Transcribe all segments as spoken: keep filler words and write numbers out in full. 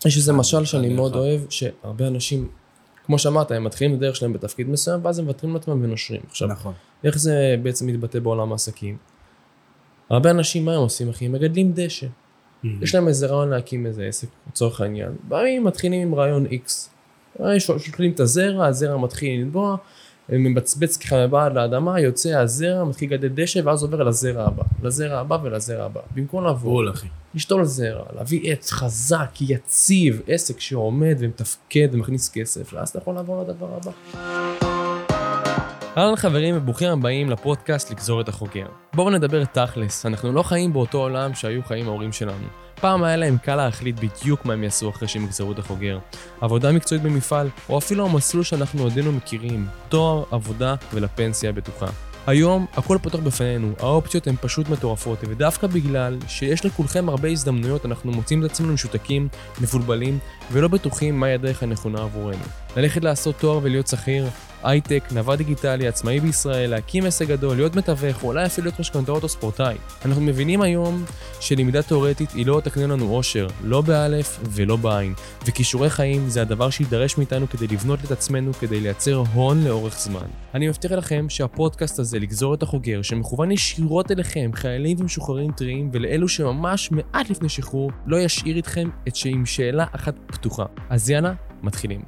יש איזה משל שאני מאוד אוהב, שהרבה אנשים, כמו שאמרת, הם מתחילים לדרך שלהם בתפקיד מסוים, ואז הם מוותרים לעצמם ונושרים. עכשיו, נכון. איך זה בעצם מתבטא בעולם העסקים? הרבה אנשים, מה הם עושים, אחי? הם מגדלים דשא. יש להם איזה רעיון להקים איזה עסק, לצורך העניין. באים, מתחילים עם רעיון X. שוקלים את הזרע, הזרע מתחיל לנבוע, מבצבץ ככה מבעד לאדמה, יוצא הזרע, מתחיל לגדל דשא, ואז עובר לזרע הבא, לזרע הבא ולזרע הבא. במקום לעבור, לשתול זרע, להביא עץ חזק, יציב, עסק שעומד ומתפקד ומכניס כסף, ואז אתה יכול לעבור לדבר הבא. אהלן חברים וברוכים הבאים לפודקאסט לגזור את החוגר. בואו נדבר תכלס, אנחנו לא חיים באותו עולם שהיו חיים ההורים שלנו. פעם היה להם קל להחליט בדיוק מה הם יעשו אחרי שהם יגזרו את החוגר. עבודה מקצועית במפעל, או אפילו המסלול שאנחנו עדינו מכירים, תואר, עבודה ולפנסיה הבטוחה. היום הכל פתוח בפנינו, האופציות הן פשוט מטורפות, ודווקא בגלל שיש לכולכם הרבה הזדמנויות, אנחנו מוצאים את עצמנו משותקים, מבולבלים, ולא בטוחים מהי הדרך הנכונה עבורנו. ללכת לעשות תואר ולהיות שכיר, הייטק, נווד דיגיטלי, עצמאי בישראל, להקים עסק גדול, להיות מתווך, או אולי אפילו להיות משכנתאות או ספורטאי. אנחנו מבינים היום שלמידה תיאורטית היא לא תקנה לנו אושר, לא באלף ולא בעין, וכישורי חיים זה הדבר שידרש מאיתנו כדי לבנות את עצמנו, כדי לייצר הון לאורך זמן. אני מבטיח לכם שהפודקאסט הזה, לגזור את החוגר, שמכוון ישירות אליכם, חיילים ומשוחררים טריים, ולאלו שממש מעט לפני שחרור, לא ישאיר איתכם את שעם שאלה אחת פתוחה. אז יאללה, מתחילים.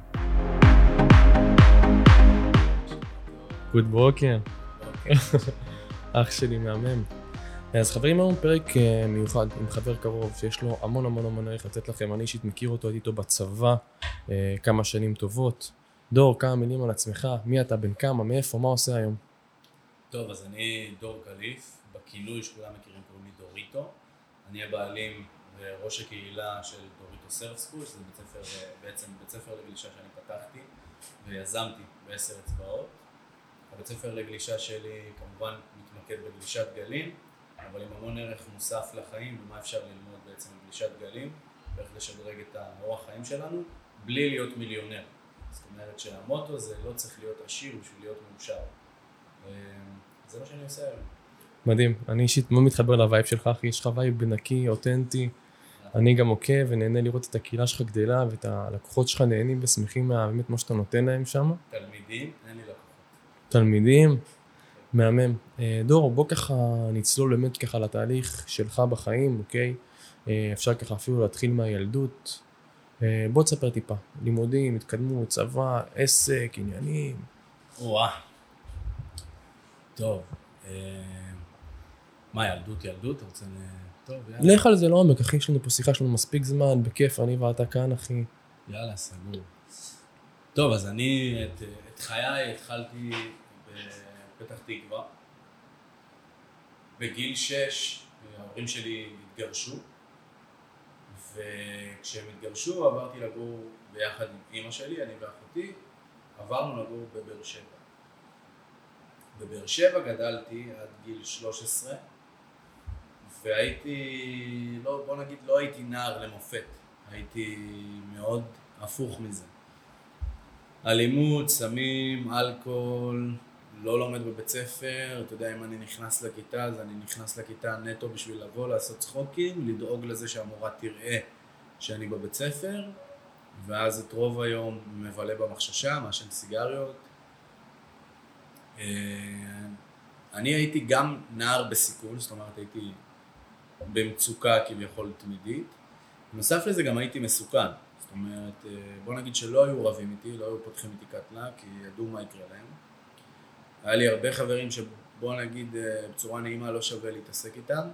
גוד בוקר. אח שלי מהמם. אז חברים, היום פרק מיוחד עם חבר קרוב שיש לו המון המון המון ערך לתת לכם. אני אישית מכיר אותו, הייתי איתו בצבא כמה שנים טובות. דור, כמה מילים על עצמך, מי אתה, בן כמה, מאיפה, מה עושה היום? טוב, אז אני דור קליף, בכינוי שכולם מכירים קוראים לי דוריטו. אני הבעלים וראש הקהילה של דוריטו סרף סקול, שזה בית ספר, בעצם בית ספר לגלישה שאני פתחתי ויזמתי בעשר אצבעות. הבית ספר לגלישה שלי כמובן מתמקד בגלישת גלים, אבל עם המון ערך מוסף לחיים ומה אפשר ללמוד בעצם בגלישת גלים ואיך לשדרג את האורח חיים שלנו בלי להיות מיליונר. זאת אומרת שהמוטו זה לא צריך להיות עשיר בשביל להיות מאושר. זה מה שאני עושה היום. מדהים, אני אישית מאוד מתחבר לווייב שלך, אחי, יש לך וייב נקי, אותנטי. אני גם עוקב ונהנה לראות את הקהילה שלך גדלה ואת הלקוחות שלך נהנים ושמחים באמת מה שאתה נותן להם שם. תלמידים, אין לי לקוחות. תלמידים, מהמם. דור, בוא ככה נצלול באמת ככה לתהליך שלך בחיים, אוקיי? אפשר ככה אפילו להתחיל מהילדות. בוא תספר טיפה, לימודים, התקדמות, צבא, עסק, עניינים. וואה. טוב. מה, ילדות, ילדות? אתה רוצה... טוב, יאללה. לך על זה לא עומק, אחי, יש לנו פה שיחה, יש לנו מספיק זמן, בכיף, אני ואתה כאן, אחי. יאללה, סגור. טוב, אז אני את, את חיי התחלתי בפתח תקווה. בגיל שש, ההורים שלי התגרשו, וכשהם התגרשו עברתי לגור ביחד עם אמא שלי, אני ואחותי, עברנו לגור בבאר שבע. בבאר שבע גדלתי עד גיל שלוש עשרה, והייתי, לא, בוא נגיד, לא הייתי נער למופת, הייתי מאוד הפוך מזה. אלימות, סמים, אלכוהול, לא לומד בבית ספר, אתה יודע, אם אני נכנס לכיתה, אז אני נכנס לכיתה נטו בשביל לבוא, לעשות צחוקים, לדאוג לזה שהמורה תראה שאני בבית ספר, ואז את רוב היום מבלה במחששה, מעשן סיגריות. אני הייתי גם נער בסיכון, זאת אומרת, הייתי במצוקה כביכול תמידית. בנוסף לזה גם הייתי מסוכן. זאת אומרת, בוא נגיד שלא היו רבים איתי, לא היו פותחים איתי קטנה, כי ידעו מה יקרה להם. היה לי הרבה חברים שבוא נגיד בצורה נעימה לא שווה להתעסק איתם.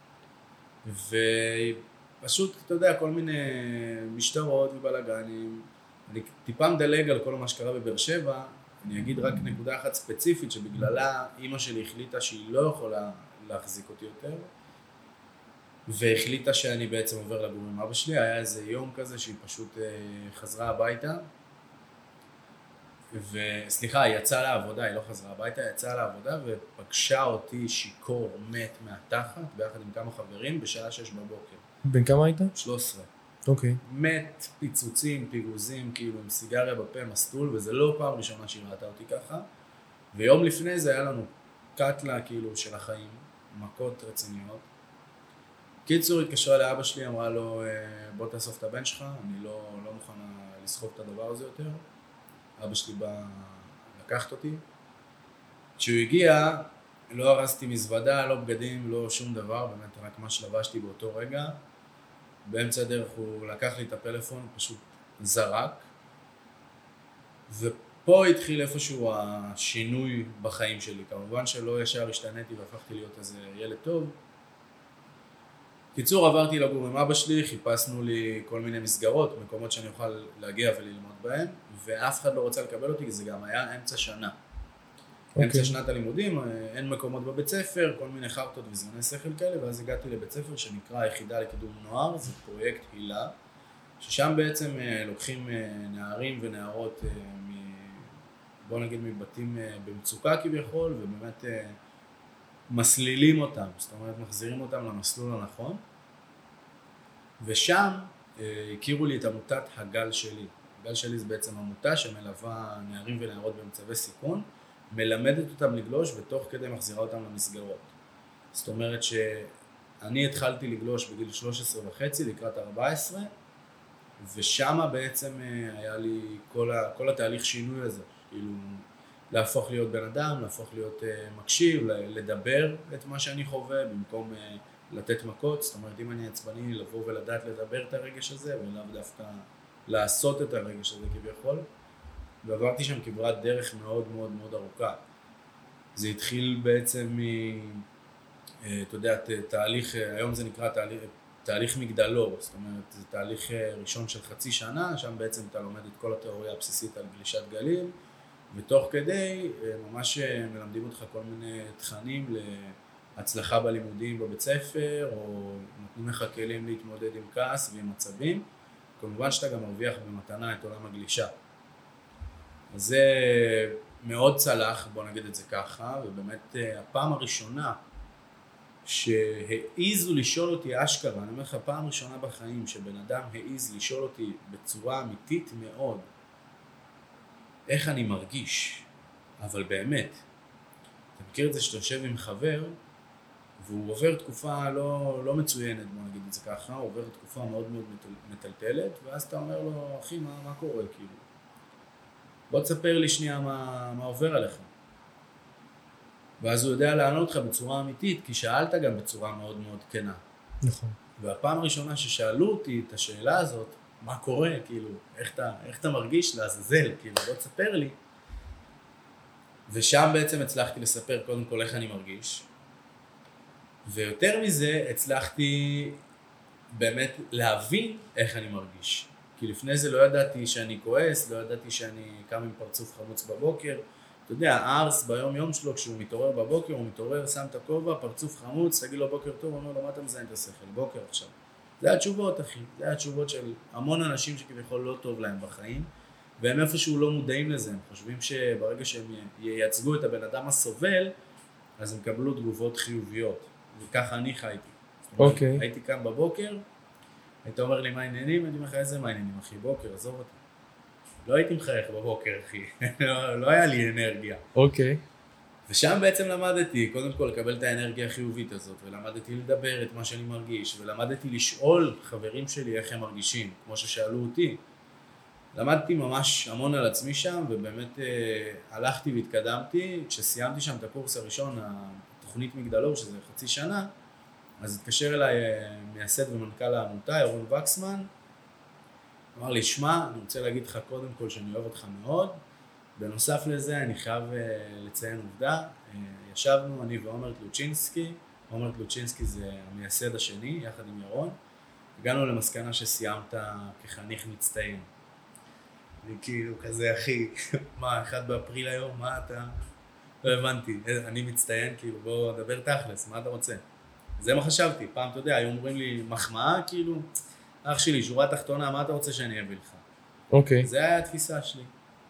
ופשוט, אתה יודע, כל מיני משטרות ובלגנים. אני טיפה מדלג על כל מה שקרה בבאר שבע. אני אגיד רק נקודה אחת ספציפית שבגללה אמא שלי החליטה שהיא לא יכולה להחזיק אותי יותר. והחליטה שאני בעצם עובר לגור עם אבא שלי, היה איזה יום כזה שהיא פשוט חזרה הביתה, וסליחה, היא יצאה לעבודה, היא לא חזרה הביתה, היא יצאה לעבודה ופגשה אותי שיקור מת מהתחת, ביחד עם כמה חברים, בשעה שש בבוקר. בן כמה היית? שלוש עשרה. אוקיי. מת, פיצוצים, פיגוזים, כאילו עם סיגריה בפה, מסטול, וזה לא פעם ראשונה שהיא ראתה אותי ככה, ויום לפני זה היה לנו קטלה כאילו של החיים, מכות רציניות, קיצור, התקשרה לאבא שלי, אמרה לו, בוא תאסוף את הבן שלך, אני לא, לא מוכנה לסחוב את הדבר הזה יותר. אבא שלי בא לקחת אותי. כשהוא הגיע, לא הרסתי מזוודה, לא בגדים, לא שום דבר, באמת רק מה שלבשתי באותו רגע. באמצע הדרך הוא לקח לי את הפלאפון, פשוט זרק. ופה התחיל איפשהו השינוי בחיים שלי. כמובן שלא ישר השתניתי והפכתי להיות איזה ילד טוב. קיצור, עברתי לגור עם אבא שלי, חיפשנו לי כל מיני מסגרות, מקומות שאני אוכל להגיע וללמוד בהם, ואף אחד לא רוצה לקבל אותי, כי זה גם היה אמצע שנה. Okay. אמצע שנת הלימודים, אין מקומות בבית ספר, כל מיני חרטות וזמני שכל כאלה, ואז הגעתי לבית ספר שנקרא היחידה לקידום נוער, זה פרויקט הילה, ששם בעצם לוקחים נערים ונערות, בוא נגיד מבתים במצוקה כביכול, ובאמת מסלילים אותם, זאת אומרת מחזירים אותם למסלול הנכון, ושם הכירו לי את עמותת הגל שלי. הגל שלי זה בעצם עמותה שמלווה נערים ונערות במצבי סיכון, מלמדת אותם לגלוש ותוך כדי מחזירה אותם למסגרות. זאת אומרת שאני התחלתי לגלוש בגיל שלוש עשרה וחצי לקראת ארבע עשרה, ושם בעצם היה לי כל, ה, כל התהליך שינוי הזה, כאילו להפוך להיות בן אדם, להפוך להיות uh, מקשיב, לדבר את מה שאני חווה במקום uh, לתת מכות. זאת אומרת, אם אני עצבני, לבוא ולדעת לדבר את הרגש הזה ולאו דווקא לעשות את הרגש הזה כביכול. ועברתי שם כברת דרך מאוד מאוד מאוד ארוכה. זה התחיל בעצם מ... Uh, אתה יודע, תהליך, היום זה נקרא תהליך, תהליך מגדלור, זאת אומרת, זה תהליך ראשון של חצי שנה, שם בעצם אתה לומד את כל התיאוריה הבסיסית על גלישת גלים, ותוך כדי ממש מלמדים אותך כל מיני תכנים להצלחה בלימודים בבית ספר, או נותנים לך כלים להתמודד עם כעס ועם מצבים. כמובן שאתה גם מרוויח במתנה את עולם הגלישה. אז זה מאוד צלח, בוא נגיד את זה ככה, ובאמת הפעם הראשונה שהעיזו לשאול אותי אשכרה, אני אומר לך, פעם ראשונה בחיים שבן אדם העיז לשאול אותי בצורה אמיתית מאוד, איך אני מרגיש, אבל באמת, אתה מכיר את זה שאתה יושב עם חבר, והוא עובר תקופה לא, לא מצוינת, בוא נגיד את זה ככה, הוא עובר תקופה מאוד מאוד מטלטלת, ואז אתה אומר לו, אחי, מה, מה קורה, כאילו? בוא תספר לי שנייה מה, מה עובר עליך. ואז הוא יודע לענות לך בצורה אמיתית, כי שאלת גם בצורה מאוד מאוד כנה. נכון. והפעם הראשונה ששאלו אותי את השאלה הזאת, מה קורה, כאילו, איך אתה, איך אתה מרגיש לעזאזל, כאילו, בוא תספר לי. ושם בעצם הצלחתי לספר קודם כל איך אני מרגיש. ויותר מזה, הצלחתי באמת להבין איך אני מרגיש. כי לפני זה לא ידעתי שאני כועס, לא ידעתי שאני קם עם פרצוף חמוץ בבוקר. אתה יודע, הארס ביום יום שלו, כשהוא מתעורר בבוקר, הוא מתעורר, שם את הכובע, פרצוף חמוץ, תגיד לו בוקר טוב, אומר לו, מה אתה מזיין את השכל? בוקר עכשיו. זה התשובות, אחי. זה התשובות של המון אנשים שכביכול לא טוב להם בחיים, והם איפשהו לא מודעים לזה. הם חושבים שברגע שהם ייצגו את הבן אדם הסובל, אז הם קבלו תגובות חיוביות. וככה אני חייתי. אוקיי. Okay. הייתי קם בבוקר, היית אומר לי מה העניינים, אני אומר לך איזה מה העניינים, אחי, בוקר, עזוב אותי. לא הייתי מחייך בבוקר, אחי. לא, לא היה לי אנרגיה. אוקיי. Okay. ושם בעצם למדתי, קודם כל לקבל את האנרגיה החיובית הזאת, ולמדתי לדבר את מה שאני מרגיש, ולמדתי לשאול חברים שלי איך הם מרגישים, כמו ששאלו אותי. למדתי ממש המון על עצמי שם, ובאמת אה, הלכתי והתקדמתי. כשסיימתי שם את הקורס הראשון, התוכנית מגדלור, שזה חצי שנה, אז התקשר אליי מייסד ומנכ"ל העמותה, ירון וקסמן, אמר לי, שמע, אני רוצה להגיד לך קודם כל שאני אוהב אותך מאוד, בנוסף לזה אני חייב לציין עובדה, ישבנו אני ועומר קלוצ'ינסקי, עומר קלוצ'ינסקי זה המייסד השני, יחד עם ירון, הגענו למסקנה שסיימת כחניך מצטיין. אני כאילו כזה, אחי, מה, אחד באפריל היום, מה אתה? לא הבנתי, אני מצטיין, כאילו בוא נדבר תכלס, מה אתה רוצה? זה מה חשבתי, פעם אתה יודע, היו אומרים לי מחמאה, כאילו, אח שלי, שורה תחתונה, מה אתה רוצה שאני אביא לך? אוקיי. זה היה התפיסה שלי.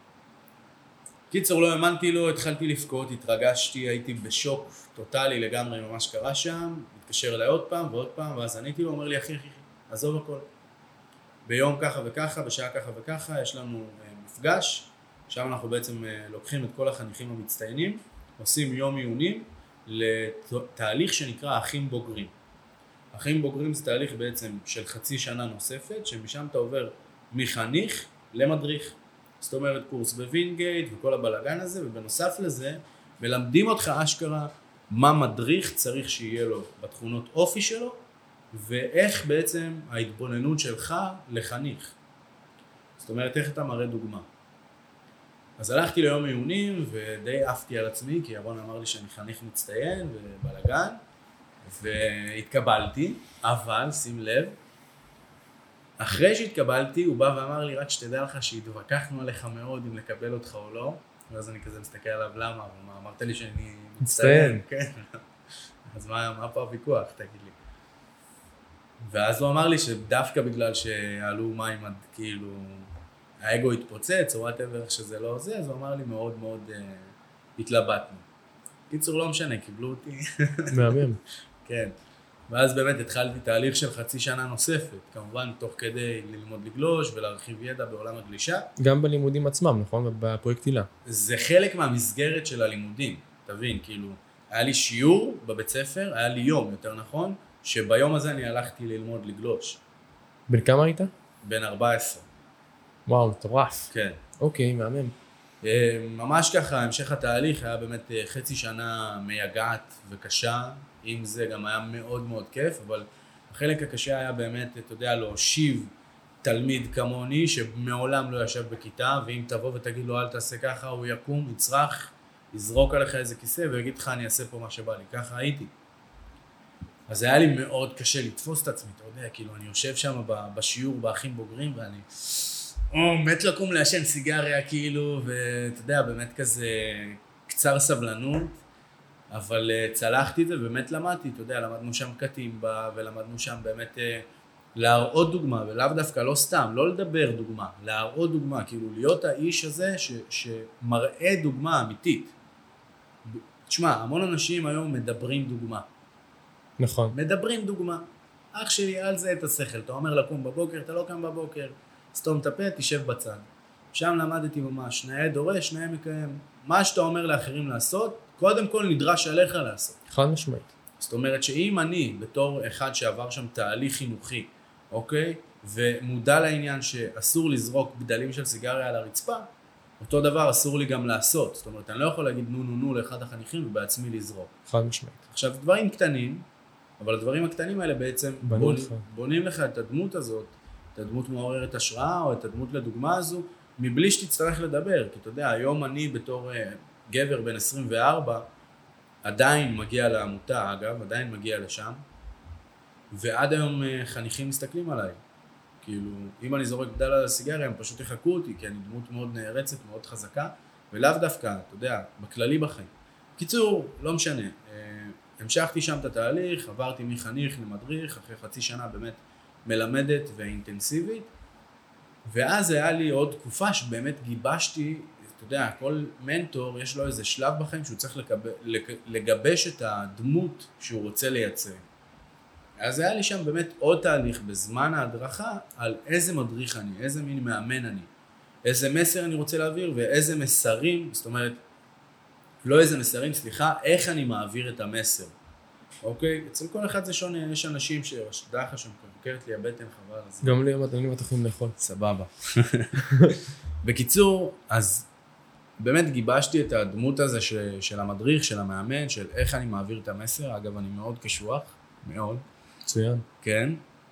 קיצור, לא האמנתי לו, התחלתי לבכות, התרגשתי, הייתי בשוק טוטלי לגמרי ממה שקרה שם, התקשר אליי עוד פעם ועוד פעם, ואז עניתי לו, אומר לי, אחי, אחי, עזוב הכל. ביום ככה וככה, בשעה ככה וככה, יש לנו מפגש, שם אנחנו בעצם לוקחים את כל החניכים המצטיינים, עושים יום עיונים לתהליך שנקרא אחים בוגרים. אחים בוגרים זה תהליך בעצם של חצי שנה נוספת, שמשם אתה עובר מחניך למדריך. זאת אומרת קורס בווינגייט וכל הבלגן הזה, ובנוסף לזה מלמדים אותך אשכרה מה מדריך צריך שיהיה לו בתכונות אופי שלו, ואיך בעצם ההתבוננות שלך לחניך. זאת אומרת איך אתה מראה דוגמה. אז הלכתי ליום עיונים ודי עפתי על עצמי, כי ירון אמר לי שאני חניך מצטיין ובלגן, והתקבלתי, אבל שים לב, אחרי שהתקבלתי הוא בא ואמר לי רק שתדע לך שהתווכחנו עליך מאוד אם לקבל אותך או לא, ואז אני כזה מסתכל עליו למה, ומה, אמרת לי שאני מצטיין, כן, אז מה, מה פה הוויכוח, תגיד לי. ואז הוא אמר לי שדווקא בגלל שעלו מים עד כאילו האגו התפוצץ או whatever שזה לא זה, אז הוא אמר לי מאוד מאוד uh, התלבטנו. קיצור לא משנה, קיבלו אותי. מהמם. כן. ואז באמת התחלתי תהליך של חצי שנה נוספת, כמובן תוך כדי ללמוד לגלוש ולהרחיב ידע בעולם הגלישה. גם בלימודים עצמם, נכון? בפרויקט הילה. זה חלק מהמסגרת של הלימודים, תבין, כאילו, היה לי שיעור בבית ספר, היה לי יום, יותר נכון, שביום הזה אני הלכתי ללמוד לגלוש. בן כמה היית? בן ארבע עשרה. וואו, מטורף. כן. אוקיי, מהמם. ממש ככה, המשך התהליך היה באמת חצי שנה מייגעת וקשה, עם זה גם היה מאוד מאוד כיף, אבל החלק הקשה היה באמת, אתה יודע, להושיב תלמיד כמוני שמעולם לא ישב בכיתה, ואם תבוא ותגיד לו אל תעשה ככה, הוא יקום, יצרח, יזרוק עליך איזה כיסא ויגיד לך אני אעשה פה מה שבא לי, ככה הייתי. אז היה לי מאוד קשה לתפוס את עצמי, אתה יודע, כאילו אני יושב שם בשיעור באחים בוגרים ואני או, מת לקום לעשן סיגריה כאילו, ואתה יודע, באמת כזה קצר סבלנות, אבל uh, צלחתי את זה ובאמת למדתי, אתה יודע, למדנו שם קטימבה ולמדנו שם באמת uh, להראות דוגמה, ולאו דווקא לא סתם, לא לדבר דוגמה, להראות דוגמה, כאילו להיות האיש הזה ש, שמראה דוגמה אמיתית. תשמע, המון אנשים היום מדברים דוגמה. נכון. מדברים דוגמה. אח שלי, על זה את השכל, אתה אומר לקום בבוקר, אתה לא קם בבוקר, סתום את הפה, תשב בצד. שם למדתי ממש, נאה דורש, נאה מקיים. מה שאתה אומר לאחרים לעשות, קודם כל נדרש עליך לעשות. חד משמעית. זאת אומרת שאם אני, בתור אחד שעבר שם תהליך חינוכי, אוקיי, ומודע לעניין שאסור לזרוק בדלים של סיגריה על הרצפה, אותו דבר אסור לי גם לעשות. זאת אומרת, אני לא יכול להגיד נו נו נו לאחד החניכים ובעצמי לזרוק. חד משמעית. עכשיו, דברים קטנים, אבל הדברים הקטנים האלה בעצם בונים, בונים לך את הדמות הזאת, את הדמות מעוררת השראה או את הדמות לדוגמה הזו, מבלי שתצטרך לדבר. כי אתה יודע, היום אני בתור uh, גבר בן עשרים וארבע, עדיין מגיע לעמותה, אגב, עדיין מגיע לשם, ועד היום uh, חניכים מסתכלים עליי. כאילו, אם אני זורק בדל על הסיגריה, הם פשוט יחכו אותי, כי אני דמות מאוד נערצת, מאוד חזקה, ולאו דווקא, אתה יודע, בכללי בחיים. קיצור, לא משנה. Uh, המשכתי שם את התהליך, עברתי מחניך למדריך, אחרי חצי שנה באמת מלמדת ואינטנסיבית, ואז היה לי עוד תקופה שבאמת גיבשתי, אתה יודע, כל מנטור יש לו איזה שלב בחיים שהוא צריך לגב, לגבש את הדמות שהוא רוצה לייצג. אז היה לי שם באמת עוד תהליך בזמן ההדרכה על איזה מדריך אני, איזה מין מאמן אני, איזה מסר אני רוצה להעביר ואיזה מסרים, זאת אומרת, לא איזה מסרים, סליחה, איך אני מעביר את המסר. אוקיי? אצל כל אחד זה שונה, יש אנשים שדע לך שמבקרת לי הבטן חבל. גם לי המדענים מתחילים לאכול. סבבה. בקיצור, אז באמת גיבשתי את הדמות הזה של, של המדריך, של המאמן, של איך אני מעביר את המסר. אגב, אני מאוד קשוח, מאוד. מצוין. כן.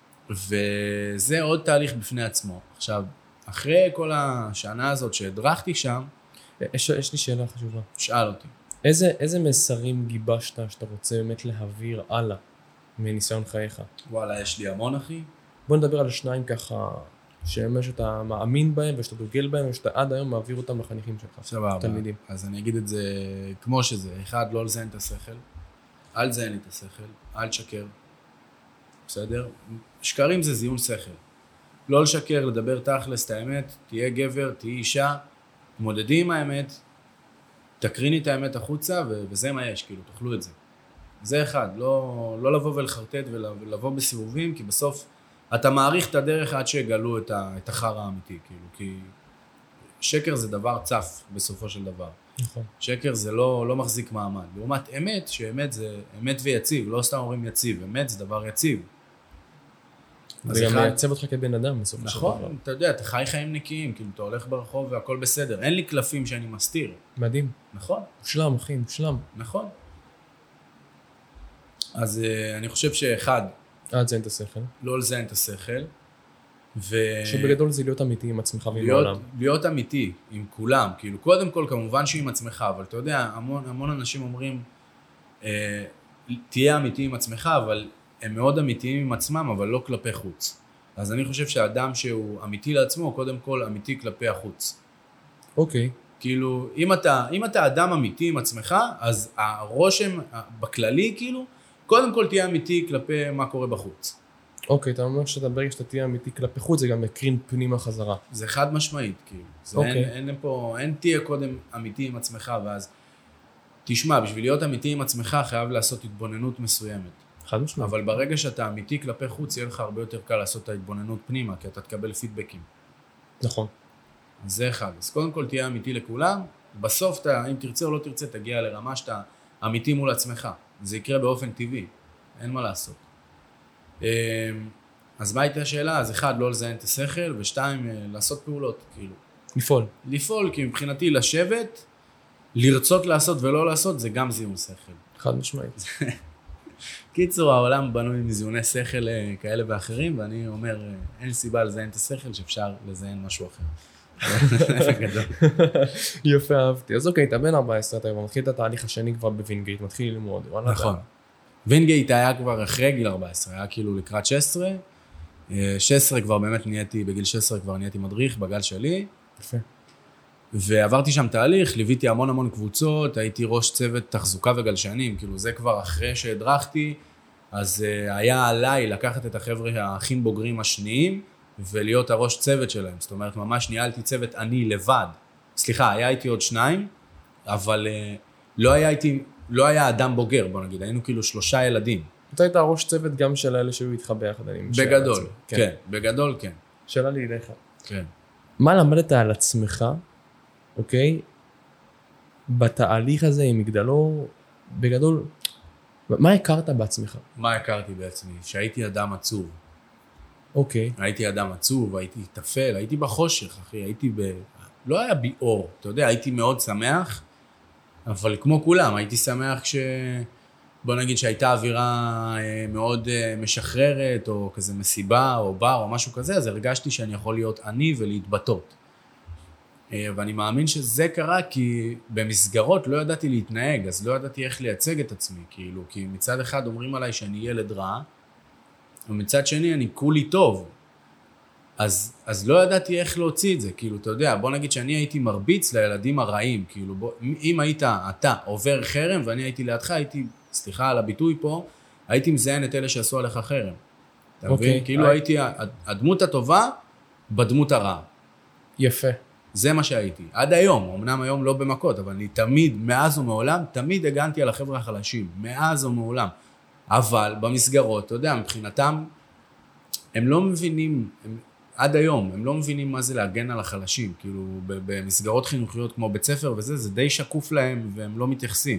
וזה עוד תהליך בפני עצמו. עכשיו, אחרי כל השנה הזאת שהדרכתי שם, יש, יש לי שאלה חשובה. שאל אותי. איזה, איזה מסרים גיבשת שאתה רוצה באמת להעביר הלאה מניסיון חייך? וואלה, יש לי המון אחי. בוא נדבר על שניים ככה, שמה שאתה מאמין בהם ושאתה דוגל בהם ושאתה עד היום מעביר אותם לחניכים שלך. סבבה. תלמידים. אז אני אגיד את זה כמו שזה. אחד, לא לזיין את השכל. אל תזיין לי את השכל. אל תשקר. בסדר? שקרים זה זיון שכל. לא לשקר, לדבר תכלס את האמת. תהיה גבר, תהיה אישה. תמודדי עם האמת. תקריני את האמת החוצה, וזה מה יש, כאילו, תאכלו את זה. זה אחד, לא, לא לבוא ולחרטט ולבוא בסיבובים, כי בסוף אתה מעריך את הדרך עד שיגלו את, ה, את החר האמיתי, כאילו, כי שקר זה דבר צף בסופו של דבר. נכון. שקר זה לא, לא מחזיק מעמד. לעומת אמת, שאמת זה אמת ויציב, לא סתם אומרים יציב, אמת זה דבר יציב. זה גם מייצב אותך כבן אדם בסוף. נכון, אתה יודע, אתה חי חיים נקיים, כאילו אתה הולך ברחוב והכל בסדר. אין לי קלפים שאני מסתיר. מדהים. נכון. מושלם, אחי, מושלם. נכון. אז אני חושב שאחד, אל תזיין את השכל. לא לזיין את השכל. ו... שבגדול זה להיות אמיתי עם עצמך ועם העולם. להיות אמיתי עם כולם, כאילו קודם כל כמובן שעם עצמך, אבל אתה יודע, המון, המון אנשים אומרים, אה, תהיה אמיתי עם עצמך, אבל הם מאוד אמיתיים עם עצמם, אבל לא כלפי חוץ. אז אני חושב שהאדם שהוא אמיתי לעצמו, קודם כל אמיתי כלפי החוץ. אוקיי. כאילו, אם אתה, אם אתה אדם אמיתי עם עצמך, אז הרושם בכללי, כאילו, קודם כל תהיה אמיתי כלפי מה קורה בחוץ. אוקיי, אתה אומר שאתה ברגע שאתה תהיה אמיתי כלפי חוץ, זה גם יקרין פנימה חזרה. זה חד משמעית, כאילו. זה אוקיי. אין, אין פה, אין תהיה קודם אמיתי עם עצמך, ואז תשמע, בשביל להיות אמיתי עם עצמך, חייב לעשות התבוננות מסוימת. חד משמעית. אבל ברגע שאתה אמיתי כלפי חוץ, יהיה לך הרבה יותר קל לעשות את ההתבוננות פנימה, כי אתה תקבל פידבקים. נכון. אז זה אחד. אז קודם כל תהיה אמיתי לכולם, בסוף אתה, אם תרצה או לא תרצה, תגיע לרמה שאתה אמיתי מול עצמך. זה יקרה באופן טבעי, אין מה לעשות. אז מה הייתה השאלה? אז אחד, לא לזיין את השכל, ושתיים, לעשות פעולות, כאילו. לפעול. לפעול, כי מבחינתי לשבת, לרצות לעשות ולא לעשות, זה גם זיון שכל. חד משמעית. קיצור, העולם בנוי מזיוני שכל כאלה ואחרים, ואני אומר, אין סיבה לזיין את השכל, שאפשר לזיין משהו אחר. יפה, אהבתי. אז אוקיי, אתה בן ארבע עשרה, אתה מתחיל את התהליך השני כבר בווינגייט, מתחיל ללמוד. נכון. ווינגייט היה כבר אחרי גיל ארבע עשרה, היה כאילו לקראת שש עשרה. שש עשרה כבר באמת נהייתי, בגיל שש עשרה כבר נהייתי מדריך בגל שלי. יפה. ועברתי שם תהליך, ליוויתי המון המון קבוצות, הייתי ראש צוות תחזוקה וגלשנים, כאילו זה כבר אחרי שהדרכתי, אז היה עליי לקחת את החבר'ה הכי בוגרים השניים, ולהיות הראש צוות שלהם. זאת אומרת, ממש ניהלתי צוות אני לבד. סליחה, היה איתי עוד שניים, אבל לא היה איתי, לא היה אדם בוגר, בוא נגיד, היינו כאילו שלושה ילדים. אתה היית הראש צוות גם של אלה שהיו איתך ביחד. בגדול, כן. כן, בגדול כן. שאלה לי אליך. כן. מה למדת על עצמך, אוקיי? בתהליך הזה עם מגדלור, בגדול, מה הכרת בעצמך? מה הכרתי בעצמי? שהייתי אדם עצוב. אוקיי. הייתי אדם עצוב, הייתי תפל, הייתי בחושך, אחי, הייתי ב... לא היה בי אור, אתה יודע, הייתי מאוד שמח, אבל כמו כולם, הייתי שמח ש... בוא נגיד שהייתה אווירה מאוד משחררת, או כזה מסיבה, או בר, או משהו כזה, אז הרגשתי שאני יכול להיות אני ולהתבטאות. ואני מאמין שזה קרה כי במסגרות לא ידעתי להתנהג, אז לא ידעתי איך לייצג את עצמי, כאילו, כי מצד אחד אומרים עליי שאני ילד רע, ומצד שני אני כולי טוב, אז, אז לא ידעתי איך להוציא את זה, כאילו, אתה יודע, בוא נגיד שאני הייתי מרביץ לילדים הרעים, כאילו, בוא, אם היית, אתה עובר חרם, ואני הייתי לידך, הייתי, סליחה על הביטוי פה, הייתי מזיין את אלה שעשו עליך חרם. אתה מבין? כאילו הייתי הדמות הטובה בדמות הרעה. יפה. זה מה שהייתי. עד היום, אמנם היום לא במכות, אבל אני תמיד, מאז ומעולם, תמיד הגנתי על החבר'ה החלשים, מאז ומעולם. אבל במסגרות, אתה יודע, מבחינתם, הם לא מבינים, הם, עד היום, הם לא מבינים מה זה להגן על החלשים, כאילו, במסגרות חינוכיות כמו בית ספר וזה, זה די שקוף להם, והם לא מתייחסים.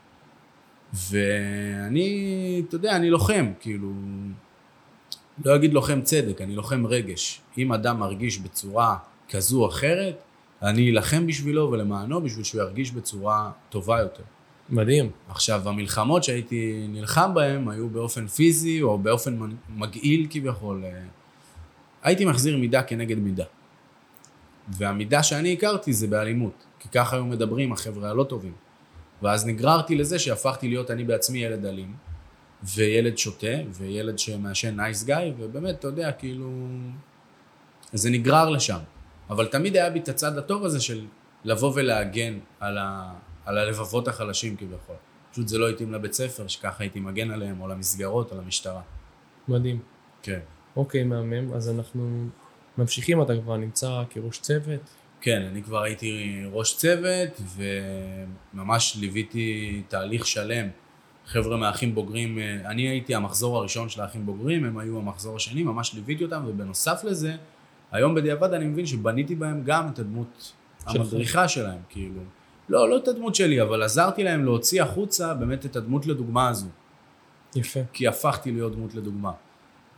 ואני, אתה יודע, אני לוחם, כאילו, לא אגיד לוחם צדק, אני לוחם רגש. אם אדם מרגיש בצורה כזו או אחרת, אני אלחם בשבילו ולמענו, בשביל שהוא ירגיש בצורה טובה יותר. מדהים. עכשיו, המלחמות שהייתי נלחם בהן, היו באופן פיזי או באופן מגעיל כביכול. הייתי מחזיר מידה כנגד מידה. והמידה שאני הכרתי זה באלימות, כי ככה היו מדברים החבר'ה הלא טובים. ואז נגררתי לזה שהפכתי להיות אני בעצמי ילד אלים, וילד שוטה, וילד שמעשן נייס גאי, ובאמת, אתה יודע, כאילו, זה נגרר לשם. אבל תמיד היה בי את הצד הטוב הזה של לבוא ולהגן על, ה... על הלבבות החלשים כביכול. פשוט זה לא התאים לבית ספר, שככה הייתי מגן עליהם, או למסגרות, או למשטרה. מדהים. כן. אוקיי, מהמם. אז אנחנו ממשיכים, אתה כבר נמצא כראש צוות. כן, אני כבר הייתי ראש צוות, וממש ליוויתי תהליך שלם. חבר'ה מהאחים בוגרים, אני הייתי המחזור הראשון של האחים בוגרים, הם היו המחזור השני, ממש ליוויתי אותם, ובנוסף לזה, היום בדיעבד אני מבין שבניתי בהם גם את הדמות המדריכה שלהם, כאילו. לא, לא את הדמות שלי, אבל עזרתי להם להוציא החוצה באמת את הדמות לדוגמה הזו. יפה. כי הפכתי להיות דמות לדוגמה.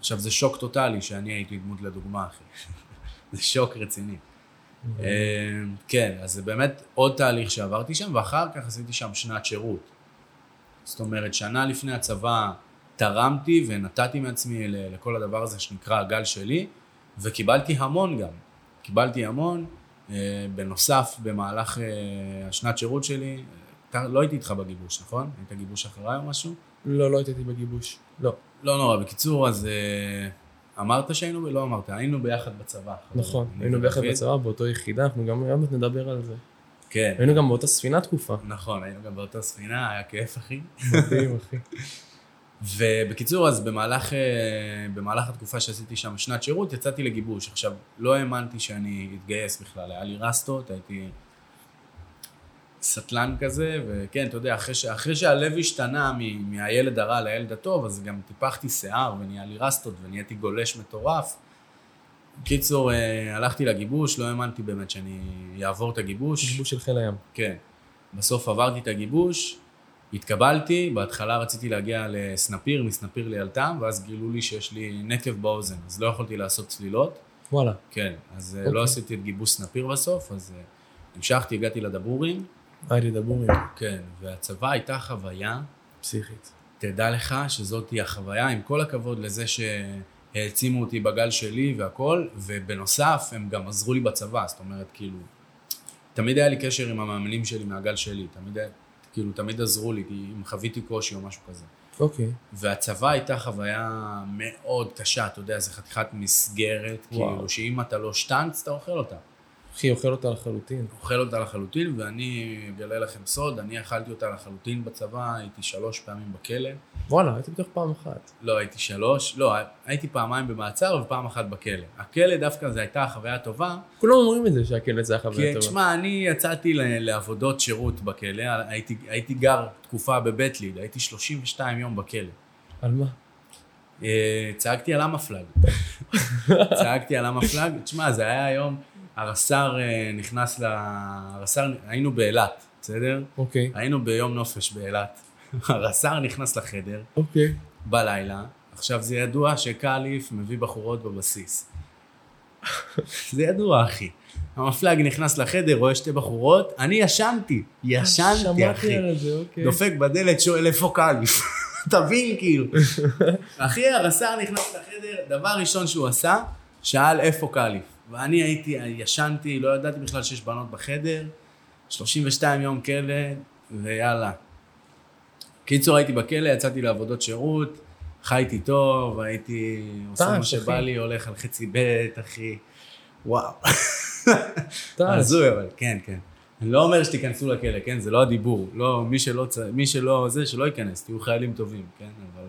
עכשיו זה שוק טוטלי שאני הייתי דמות לדוגמה, אחי. זה שוק רציני. כן, אז זה באמת עוד תהליך שעברתי שם, ואחר כך עשיתי שם שנת שירות. זאת אומרת, שנה לפני הצבא תרמתי ונתתי מעצמי לכל הדבר הזה שנקרא הגל שלי, וקיבלתי המון גם. קיבלתי המון, בנוסף, במהלך השנת שירות שלי, לא הייתי איתך בגיבוש, נכון? היית גיבוש אחריי או משהו? לא, לא הייתי בגיבוש, לא. לא נורא, בקיצור, אז אמרת שהיינו ולא אמרת, היינו ביחד בצבא. נכון, היינו ביחד בצבא, באותו יחידה, אנחנו גם היום נדבר על זה. כן. היינו גם באותה ספינה תקופה. נכון, היינו גם באותה ספינה, היה כיף, אחי. מדהים, אחי. ובקיצור, אז במהלך, במהלך התקופה שעשיתי שם שנת שירות, יצאתי לגיבוש. עכשיו, לא האמנתי שאני אתגייס בכלל, היה לי רסטות, הייתי סטלן כזה, וכן, אתה יודע, אחרי, ש... אחרי שהלב השתנה מ... מהילד הרע לילד הטוב, אז גם טיפחתי שיער ונהיה לי רסטות ונהייתי גולש מטורף. בקיצור, הלכתי לגיבוש, לא האמנתי באמת שאני אעבור את הגיבוש. גיבוש של חיל הים. כן. בסוף עברתי את הגיבוש, התקבלתי, בהתחלה רציתי להגיע לסנפיר, מסנפיר ליאלת"ם, ואז גילו לי שיש לי נקב באוזן, אז לא יכולתי לעשות צלילות. וואלה. כן, אז okay. לא עשיתי את גיבוש סנפיר בסוף, אז המשכתי, הגעתי לדבורים. הייתי דבורים. כן, והצבא הייתה חוויה. פסיכית. תדע לך שזאת היא החוויה, עם כל הכבוד לזה שהעצימו אותי בגל שלי והכל, ובנוסף הם גם עזרו לי בצבא, זאת אומרת, כאילו, תמיד היה לי קשר עם המאמנים שלי מהגל שלי, תמיד היה... כאילו, תמיד עזרו לי, אם חוויתי קושי או משהו כזה. אוקיי. והצבא הייתה חוויה מאוד קשה, אתה יודע, זה חתיכת מסגרת, כאילו, שאם אתה לא שטנץ, אתה אוכל אותה. אחי, אוכל אותה לחלוטין. אוכל אותה לחלוטין, ואני אגלה לכם סוד, אני אכלתי אותה לחלוטין בצבא, הייתי שלוש פעמים בכלא. וואלה, הייתי בתוך פעם אחת. לא, הייתי שלוש, לא, הייתי פעמיים במעצר ופעם אחת בכלא. הכלא דווקא זה הייתה החוויה הטובה. כולם אומרים את זה שהכלא זה החוויה טובה. כי, תשמע, אני יצאתי לעבודות שירות בכלא, הייתי, הייתי גר תקופה בבית ליד, הייתי שלושים ושתיים יום בכלא. על מה? צעקתי על המפלג. צעקתי על המפלג, תשמע, זה היה היום, הרס"ר נכנס ל... הרס"ר, היינו באילת, בסדר? אוקיי. היינו ביום נופש באילת. הרס"ר נכנס לחדר. אוקיי. בלילה. עכשיו זה ידוע שקליף מביא בחורות בבסיס. זה ידוע, אחי. המפלג נכנס לחדר, רואה שתי בחורות, אני ישנתי. ישנתי, אחי. שמעתי על זה, אוקיי. דופק בדלת, שואל איפה קליף. תבין, כאילו. אחי, הרס"ר נכנס לחדר, דבר ראשון שהוא עשה, שאל איפה קליף. ואני הייתי, ישנתי, לא ידעתי בכלל שיש בנות בחדר, שלושים ושתיים יום כלא, ויאללה. קיצור, הייתי בכלא, יצאתי לעבודות שירות, חייתי טוב, הייתי עושה מה שבא לי, הולך על חצי בית, אחי. וואו. עזוי, אבל כן, כן. אני לא אומר שתיכנסו לכלא, כן? זה לא הדיבור. לא, מי שלא, מי שלא, זה, שלא ייכנס, תהיו חיילים טובים, כן? אבל...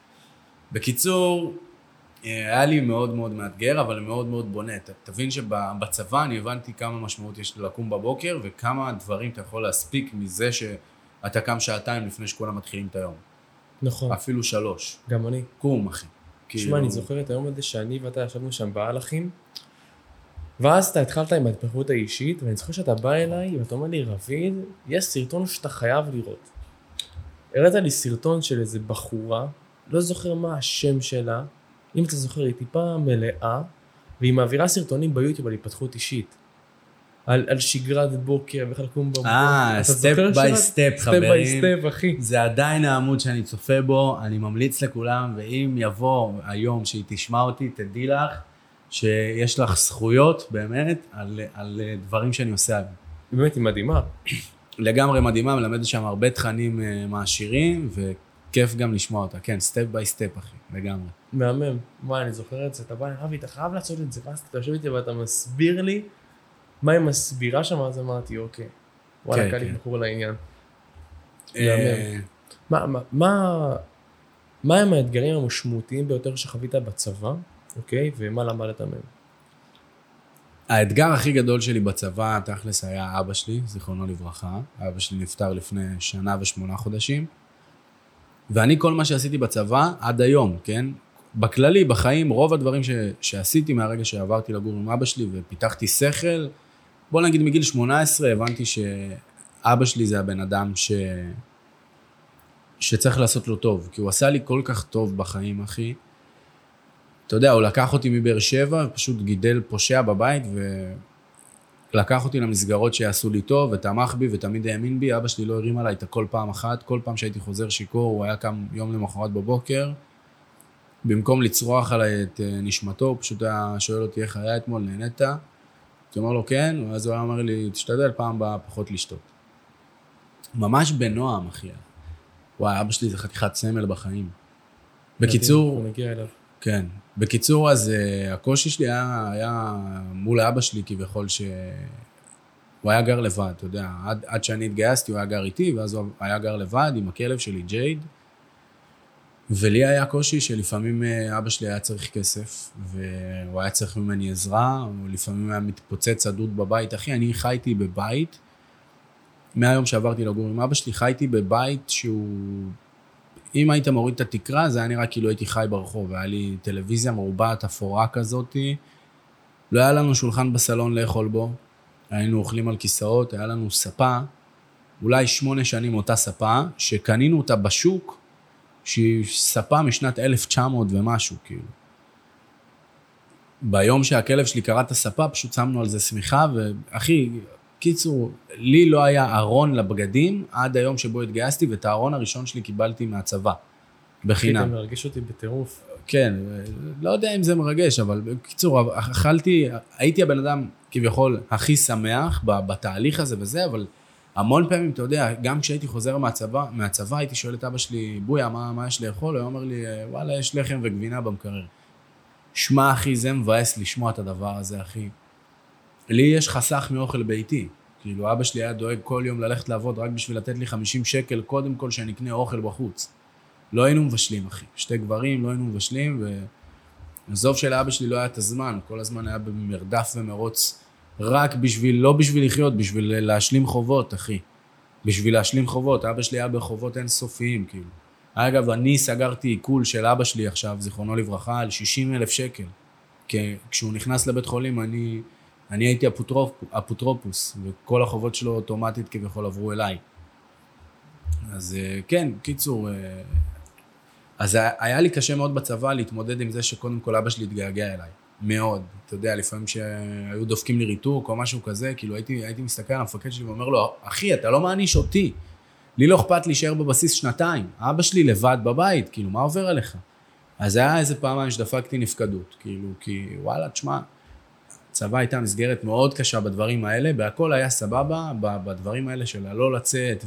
בקיצור, היה לי מאוד מאוד מאתגר, אבל מאוד מאוד בונה. תבין שבצבא אני הבנתי כמה משמעות יש לקום בבוקר, וכמה דברים אתה יכול להספיק מזה שאתה קם שעתיים לפני שכולם מתחילים את היום. נכון. אפילו שלוש. גם אני. קום, אחי. תשמע, אני זוכר את היום הזה שאני ואתה ישבנו שם בהלכים, ואז אתה התחלת עם ההתפתחות האישית, ואני זוכר שאתה בא אליי, ואתה אומר לי, רביד, יש סרטון שאתה חייב לראות. הראית לי סרטון של איזה בחורה, לא זוכר מה השם שלה, אם אתה זוכר, היא טיפה מלאה, והיא מעבירה סרטונים ביוטיוב על התפתחות אישית. על, על שגרת בוקר, ואיך לקום בבוקר. אה, סטפ ביי סטפ, חברים. סטפ ביי סטפ, אחי. זה עדיין העמוד שאני צופה בו, אני ממליץ לכולם, ואם יבוא היום שהיא תשמע אותי, תדעי לך, שיש לך זכויות באמת על, על דברים שאני עושה. היא באמת, היא מדהימה. לגמרי מדהימה, מלמדת שם הרבה תכנים מעשירים, וכיף גם לשמוע אותה. כן, סטפ ביי סטפ, אחי, לגמרי. מהמם. מה, אני זוכר את זה, אתה בא, רבי, אתה חייב לעשות את זה, ואז אתה יושב איתי ואתה מסביר לי, מה היא מסבירה שם, אז אמרתי, אוקיי, וואלה, קל לי בחור לעניין. מה הם האתגרים המשמעותיים ביותר שחווית בצבא, אוקיי, ומה למדת מהם? האתגר הכי גדול שלי בצבא, תכלס, היה אבא שלי, זיכרונו לברכה. אבא שלי נפטר לפני שנה ושמונה חודשים. ואני כל מה שעשיתי בצבא, עד היום, כן? בכללי, בחיים, רוב הדברים ש... שעשיתי מהרגע שעברתי לגור עם אבא שלי ופיתחתי שכל, בוא נגיד מגיל שמונה עשרה, הבנתי שאבא שלי זה הבן אדם ש... שצריך לעשות לו טוב, כי הוא עשה לי כל כך טוב בחיים, אחי. אתה יודע, הוא לקח אותי מבאר שבע, פשוט גידל פושע בבית, ולקח אותי למסגרות שיעשו לי טוב, ותמך בי, ותמיד האמין בי. אבא שלי לא הרים עליי את הכל פעם אחת, כל פעם שהייתי חוזר שיקור, הוא היה קם יום למחרת בבוקר, במקום לצרוח עליי את נשמתו, הוא פשוט היה שואל אותי איך היה אתמול, נהנית? אני אומר לו כן, ואז הוא היה אומר לי, תשתדל פעם הבאה פחות לשתות. ממש בנועם, אחי. וואי, אבא שלי זה חתיכת סמל בחיים. בקיצור, הוא מגיע אליו. כן. בקיצור, אז uh, הקושי שלי היה, היה מול אבא שלי כביכול שהוא היה גר לבד, אתה יודע, עד, עד שאני התגייסתי הוא היה גר איתי, ואז הוא היה גר לבד עם הכלב שלי, ג'ייד, ולי היה קושי שלפעמים אבא שלי היה צריך כסף, והוא היה צריך ממני עזרה, ולפעמים היה מתפוצץ עדות בבית. אחי, אני חייתי בבית, מהיום שעברתי לגור עם אבא שלי, חייתי בבית שהוא, אם היית מוריד את התקרה, זה היה נראה כאילו הייתי חי ברחוב, היה לי טלוויזיה מרובעת אפורה כזאת, לא היה לנו שולחן בסלון לאכול בו, היינו אוכלים על כיסאות, היה לנו ספה, אולי שמונה שנים אותה ספה, שקנינו אותה בשוק, שהיא ספה משנת אלף תשע מאות ומשהו, כאילו. ביום שהכלב שלי קרא את הספה, פשוט שמנו על זה סמיכה, ואחי, קיצור, לי לא היה ארון לבגדים, עד היום שבו התגייסתי, ואת הארון הראשון שלי קיבלתי מהצבא, בחינם. אחי, אתה מרגש אותי בטירוף. כן, לא יודע אם זה מרגש, אבל קיצור, אכלתי, הייתי הבן אדם כביכול הכי שמח בתהליך הזה וזה, אבל המון פעמים, אתה יודע, גם כשהייתי חוזר מהצבא, מהצבא הייתי שואל את אבא שלי, בויה, מה, מה יש לאכול? הוא אומר לי, וואלה, יש לחם וגבינה במקרר. שמע, אחי, זה מבאס לשמוע את הדבר הזה, אחי. לי יש חסך מאוכל ביתי. כאילו, אבא שלי היה דואג כל יום ללכת לעבוד רק בשביל לתת לי חמישים שקל, קודם כל שאני אקנה אוכל בחוץ. לא היינו מבשלים, אחי. שתי גברים, לא היינו מבשלים, ועזוב שלאבא שלי לא היה את הזמן, כל הזמן היה במרדף ומרוץ, רק בשביל, לא בשביל לחיות, בשביל להשלים חובות, אחי. בשביל להשלים חובות. אבא שלי היה בחובות אינסופיים, כאילו. אגב, אני סגרתי עיכול של אבא שלי עכשיו, זיכרונו לברכה, על שישים אלף שקל. כי כשהוא נכנס לבית חולים, אני, אני הייתי אפוטרופ, אפוטרופוס, וכל החובות שלו אוטומטית כביכול עברו אליי. אז כן, קיצור, אז היה לי קשה מאוד בצבא להתמודד עם זה שקודם כל אבא שלי התגעגע אליי. מאוד. אתה יודע, לפעמים שהיו דופקים לי ריתוק או משהו כזה, כאילו הייתי, הייתי מסתכל על המפקד שלי ואומר לו, אחי, אתה לא מעניש אותי. לי לא אכפת להישאר בבסיס שנתיים. אבא שלי לבד בבית, כאילו, מה עובר עליך? אז היה איזה פעמיים שדפקתי נפקדות, כאילו, כי וואלה, תשמע, הצבא הייתה מסגרת מאוד קשה בדברים האלה, בהכל היה סבבה, בדברים האלה של לא לצאת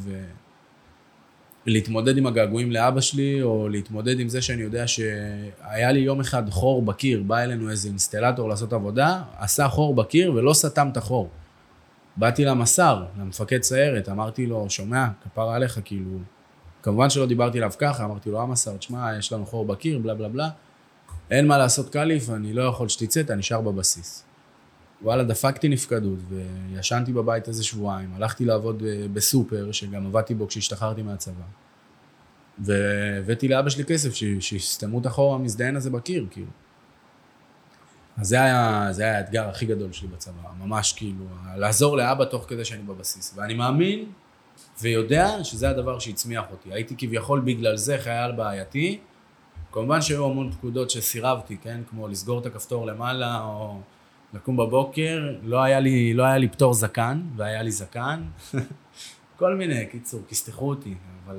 ולהתמודד עם הגעגועים לאבא שלי, או להתמודד עם זה שאני יודע שהיה לי יום אחד חור בקיר, בא אלינו איזה אינסטלטור לעשות עבודה, עשה חור בקיר ולא סתם את החור. באתי למסר, למפקד סיירת, אמרתי לו, שומע, כפרה עליך, כאילו, כמובן שלא דיברתי עליו ככה, אמרתי לו, המסר, תשמע, יש לנו חור בקיר, בלה בלה בלה, אין מה לעשות קליף, אני לא יכול שתצא, אתה נשאר בבסיס. וואלה, דפקתי נפקדות, וישנתי בבית איזה שבועיים, הלכתי לעבוד בסופר, שגם עבדתי בו כשהשתחררתי מהצבא, והבאתי לאבא שלי כסף, שיסתמו את החור המזדיין הזה בקיר, כאילו. אז זה היה, זה היה האתגר הכי גדול שלי בצבא, ממש כאילו, לעזור לאבא תוך כדי שאני בבסיס. ואני מאמין ויודע שזה הדבר שהצמיח אותי. הייתי כביכול בגלל זה חייל בעייתי. כמובן שהיו המון פקודות שסירבתי, כן? כמו לסגור את הכפתור למעלה או לקום בבוקר. לא היה לי, לא היה לי פטור זקן, והיה לי זקן. כל מיני, קיצור, כסתחו אותי, אבל...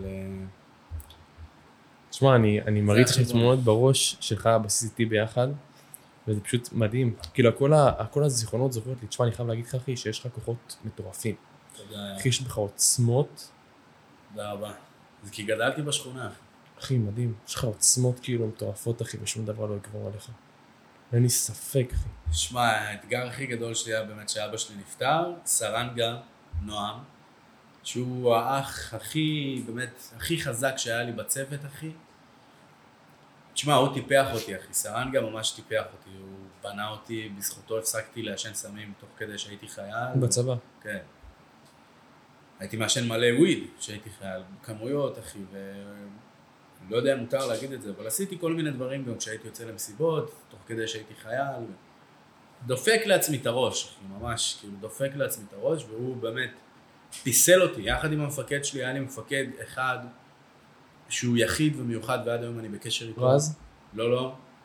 תשמע, אני, אני מריץ לך תמונות בראש שלך בבסיס איתי ביחד. וזה פשוט מדהים, כאילו כל, ה, כל הזיכרונות זוכרות לי, תשמע, אני חייב להגיד לך אחי, שיש לך כוחות מטורפים. תודה. אחי, יש לך עוצמות. תודה רבה. זה כי גדלתי בשכונה. אחי, מדהים, יש לך עוצמות כאילו מטורפות אחי, ושום דבר לא יגבור עליך. אין לי ספק אחי. תשמע, האתגר הכי גדול שלי היה באמת שאבא שלי נפטר, סרנגה, נועם, שהוא האח הכי, באמת, הכי חזק שהיה לי בצוות אחי. תשמע, הוא טיפח אותי, אחי. סרנגה ממש טיפח אותי. הוא בנה אותי, בזכותו הפסקתי לעשן סמים תוך כדי שהייתי חייל. בצבא. כן. הייתי מעשן מלא וויד שהייתי חייל. כמויות, אחי, ולא יודע אם מותר להגיד את זה, אבל עשיתי כל מיני דברים גם כשהייתי יוצא למסיבות, תוך כדי שהייתי חייל. דופק לעצמי את הראש, אחי, ממש, כאילו, דופק לעצמי את הראש, והוא באמת פיסל אותי. יחד עם המפקד שלי, היה לי מפקד אחד, שהוא יחיד ומיוחד, ועד היום אני בקשר איתו. רז? לא, לא.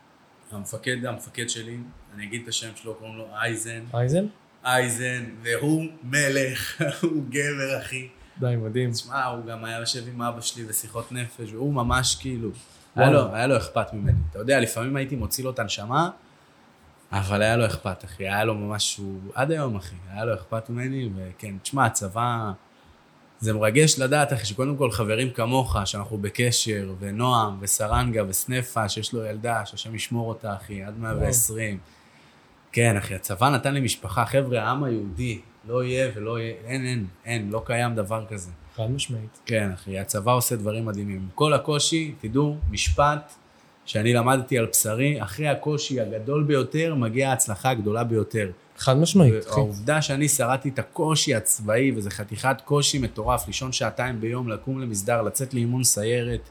המפקד, המפקד שלי, אני אגיד את השם שלו, קוראים לו אייזן. אייזן? אייזן, והוא מלך, הוא גבר, אחי. די, מדהים. תשמע, הוא גם היה יושב עם אבא שלי בשיחות נפש, והוא ממש כאילו, היה לו, היה לו אכפת ממני. אתה יודע, לפעמים הייתי מוציא לו את הנשמה, אבל היה לו אכפת, אחי. היה לו ממש, הוא, עד היום, אחי, היה לו אכפת ממני, וכן, תשמע, הצבא, זה מרגש לדעת, אחי, שקודם כל חברים כמוך, שאנחנו בקשר, ונועם, וסרנגה, וסנפה, שיש לו ילדה, שהשם ישמור אותה, אחי, עד מאה ועשרים. כן, אחי, הצבא נתן לי משפחה, חבר'ה, העם היהודי, לא יהיה ולא יהיה, אין, אין, אין, לא קיים דבר כזה. חד משמעית. כן, אחי, הצבא עושה דברים מדהימים. כל הקושי, תדעו, משפט שאני למדתי על בשרי, אחרי הקושי הגדול ביותר, מגיעה ההצלחה הגדולה ביותר. חד משמעית, אחי. העובדה שאני שרדתי את הקושי הצבאי, וזה חתיכת קושי מטורף, לישון שעתיים ביום, לקום למסדר, לצאת לאימון סיירת,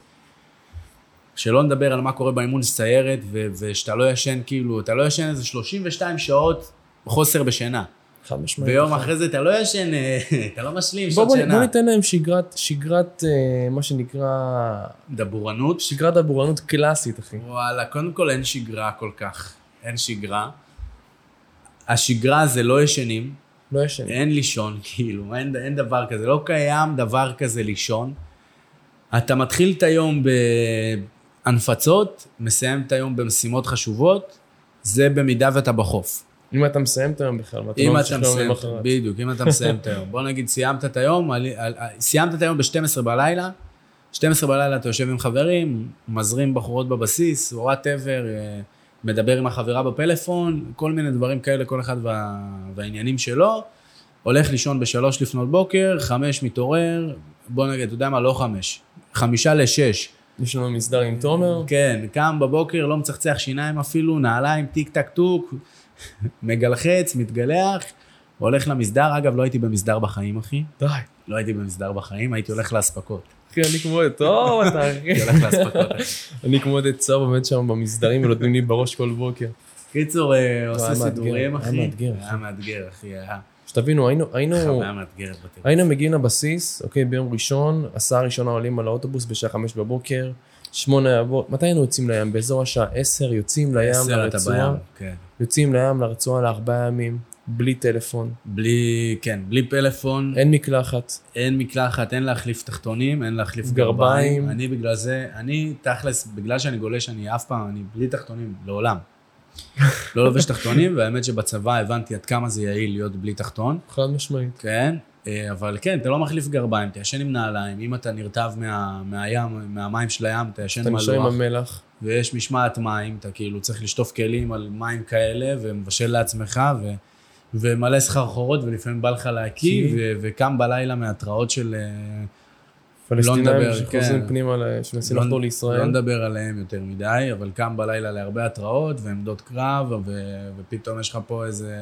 שלא נדבר על מה קורה באימון סיירת, ו- ושאתה לא ישן, כאילו, אתה לא ישן איזה שלושים ושתיים שעות חוסר בשינה. חד משמעית. ביום אחרי זה אתה לא ישן, אתה לא משלים בוא, שעות בוא, שינה. בוא ניתן להם שגרת, שגרת, אה, מה שנקרא... דבורנות. שגרת דבורנות קלאסית, אחי. וואלה, קודם כל אין שגרה כל כך. אין שגרה. השגרה זה לא ישנים. לא ישן. אין לישון, כאילו, אין, אין דבר כזה. לא קיים דבר כזה לישון. אתה מתחיל את היום בהנפצות, מסיים את היום במשימות חשובות, זה במידה ואתה בחוף. אם אתה מסיים את היום בכלל, ואתה לא ממשיך ליום למחרת. בדיוק, אם אתה מסיים את היום. בוא נגיד, סיימת את היום, סיימת את היום ב-שתים עשרה בלילה, שתים עשרה בלילה אתה יושב עם חברים, מזרים בחורות בבסיס, או whatever, מדבר עם החברה בפלאפון, כל מיני דברים כאלה, כל אחד וה, והעניינים שלו, הולך לישון בשלוש לפנות בוקר, חמש מתעורר, בוא נגיד, אתה יודע מה, לא חמש, חמישה לשש. יש לנו מסדר עם תומר. כן, קם בבוקר, לא מצחצח שיניים אפילו, נעליים, טיק טק טוק, מגלחץ, מתגלח, הולך למסדר. אגב, לא הייתי במסדר בחיים, אחי. די. לא הייתי במסדר בחיים, הייתי הולך להספקות. אחי, אני כמו את טוב, אתה אחי. הייתי הולך להספקות. אני כמו את צהוב, עומד שם במסדרים ונותנים לי בראש כל בוקר. קיצור, עושה סידורים, אחי. היה מאתגר. היה מאתגר, אחי, היה. שתבינו, היינו, היינו, חוויה מאתגרת בטירוף. היינו מגיעים לבסיס, אוקיי, ביום ראשון, הסעה הראשונה עולים על האוטובוס בשעה חמש בבוקר, שמונה עבוד, מתי היינו יוצאים לים? באזור השעה עשר, יוצאים לים לרצועה, כן. יוצאים לים לרצועה לארבעה ימים, בלי טלפון. בלי, כן, בלי פלאפון. אין מקלחת. אין מקלחת, אין להחליף תחתונים, אין להחליף גרביים. גרביים. אני בגלל זה, אני תכלס, בגלל שאני גולש, אני אף פעם, אני בלי תחתונים, לעולם. לא לובש תחתונים, והאמת שבצבא הבנתי עד כמה זה יעיל להיות בלי תחתון. חד משמעית. כן, אבל כן, אתה לא מחליף גרביים, אתה ישן עם נעליים, אם אתה נרטב מה, מהים, מהמים של הים, אתה ישן מלוח. אתה נשאר עם המלח. ויש משמעת מים, אתה כאילו צריך לשטוף כלים על מים כאלה, ומבשל לעצמך, ו, ומלא סחרחורות, ולפעמים בא לך להקיא, ו, וקם בלילה מהתראות של... פלסטינאים שחוזרים פנימה, שמנסים לחדור לישראל. לא נדבר עליהם יותר מדי, אבל קם בלילה להרבה התראות ועמדות קרב, ופתאום יש לך פה איזה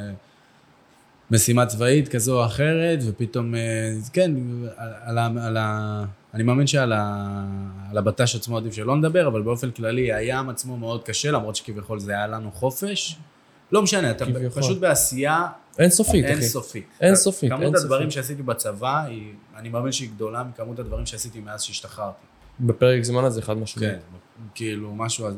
משימה צבאית כזו או אחרת, ופתאום, כן, על ה... על ה אני מאמין שעל הבט"ש עצמו עדיף שלא נדבר, אבל באופן כללי הים עצמו מאוד קשה, למרות שכביכול זה היה לנו חופש. לא משנה, אתה פשוט בעשייה... אין סופית, אחי. אין סופית. אין סופית. כמות הדברים שעשיתי בצבא, אני מאמין שהיא גדולה מכמות הדברים שעשיתי מאז שהשתחררתי. בפרק זמן הזה חד משמעית. כן, כאילו משהו...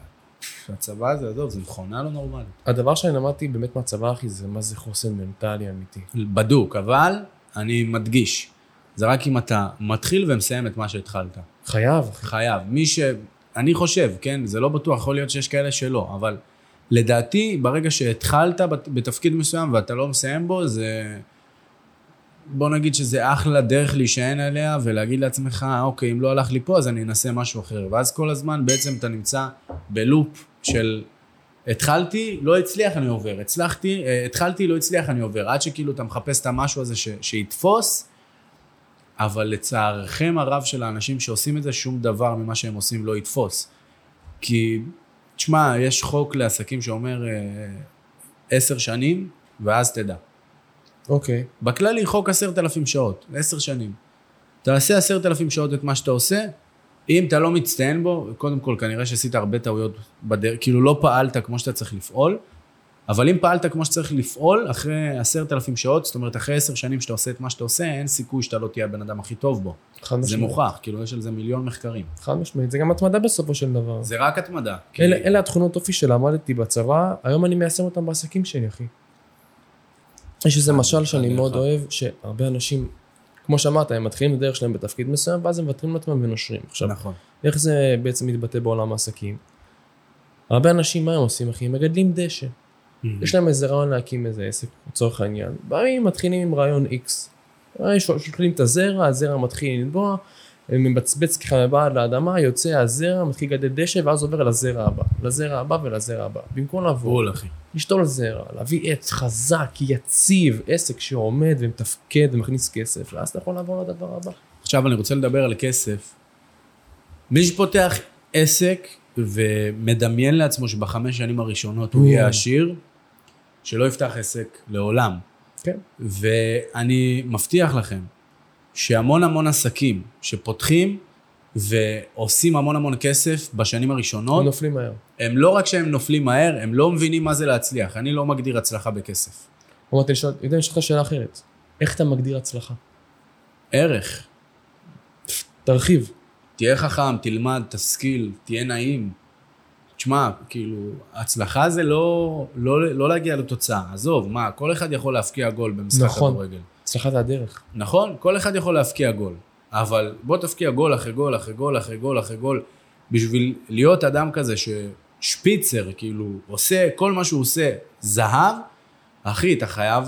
הצבא הזה, עזוב, זה מכונה לא נורמלית. הדבר שאני למדתי באמת מהצבא, אחי, זה מה זה חוסן מנטלי אמיתי. בדוק, אבל אני מדגיש. זה רק אם אתה מתחיל ומסיים את מה שהתחלת. חייב. חייב. מי ש... אני חושב, כן, זה לא בטוח, יכול להיות שיש כאלה שלא, אבל לדעתי, ברגע שהתחלת בתפקיד מסוים ואתה לא מסיים בו, זה... בוא נגיד שזה אחלה דרך להישען עליה ולהגיד לעצמך, אוקיי, אם לא הלך לי פה, אז אני אנסה משהו אחר. ואז כל הזמן בעצם אתה נמצא בלופ של התחלתי, לא הצליח, אני עובר. הצלחתי, התחלתי, לא הצליח, אני עובר. עד שכאילו אתה מחפש את המשהו הזה ש... שיתפוס, אבל לצערכם הרב של האנשים שעושים את זה, שום דבר ממה שהם עושים לא יתפוס. כי, תשמע, יש חוק לעסקים שאומר עשר שנים, ואז תדע. אוקיי. Okay. בכללי חוק עשרת אלפים שעות, עשר שנים. תעשה עשרת אלפים שעות את מה שאתה עושה, אם אתה לא מצטיין בו, קודם כל כנראה שעשית הרבה טעויות בדרך, כאילו לא פעלת כמו שאתה צריך לפעול, אבל אם פעלת כמו שצריך לפעול, אחרי עשרת אלפים שעות, זאת אומרת, אחרי עשר שנים שאתה עושה את מה שאתה עושה, אין סיכוי שאתה לא תהיה הבן אדם הכי טוב בו. זה מוכח, כאילו יש על זה מיליון מחקרים. חד משמעית, זה גם התמדה בסופו של דבר. זה רק התמדה. אלה, אלה התכונות אופי שלמדתי בצבא, היום אני מיישם אותם בעסקים שלי, אחי. יש איזה משל שאני מאוד אוהב, שהרבה אנשים, כמו שאמרת, הם מתחילים לדרך שלהם בתפקיד מסוים, ואז הם מוותרים לעצמם ונושרים. עכשיו, נכון. איך זה בעצם מתבטא בעולם העסקים? הרבה אנשים, מה הם עושים, אחי? מגדלים דשא. יש להם איזה רעיון להקים איזה עסק, לצורך העניין. באים, מתחילים עם רעיון X. שוקלים את הזרע, הזרע מתחיל לנבוע, מבצבץ ככה מבעד לאדמה, יוצא הזרע, מתחיל לגדל דשא, ואז עובר לזרע הבא, לזרע הבא ולזרע הבא. במקום לעבור, לשתול זרע, להביא עץ חזק, יציב, עסק שעומד ומתפקד ומכניס כסף, ואז אתה יכול לעבור לדבר הבא. עכשיו אני רוצה לדבר על כסף. מי שפותח עסק ומדמיין לעצמו שבחמש שנים הראשונות הוא יהיה עשיר, שלא יפתח עסק לעולם. כן. ואני מבטיח לכם שהמון המון עסקים שפותחים ועושים המון המון כסף בשנים הראשונות, הם נופלים מהר. הם לא רק שהם נופלים מהר, הם לא מבינים מה זה להצליח. אני לא מגדיר הצלחה בכסף. אמרתי, יודע, אני שואל לך שאלה אחרת. איך אתה מגדיר הצלחה? ערך. תרחיב. תהיה חכם, תלמד, תשכיל, תהיה נעים. תשמע, כאילו, הצלחה זה לא, לא, לא להגיע לתוצאה. עזוב, מה, כל אחד יכול להפקיע גול במשחק נכון. כדורגל. הצלחה זה הדרך. נכון, כל אחד יכול להפקיע גול. אבל בוא תפקיע גול אחרי גול, אחרי גול, אחרי גול, אחרי גול, בשביל להיות אדם כזה ששפיצר, כאילו, עושה, כל מה שהוא עושה, זהב, אחי, אתה חייב,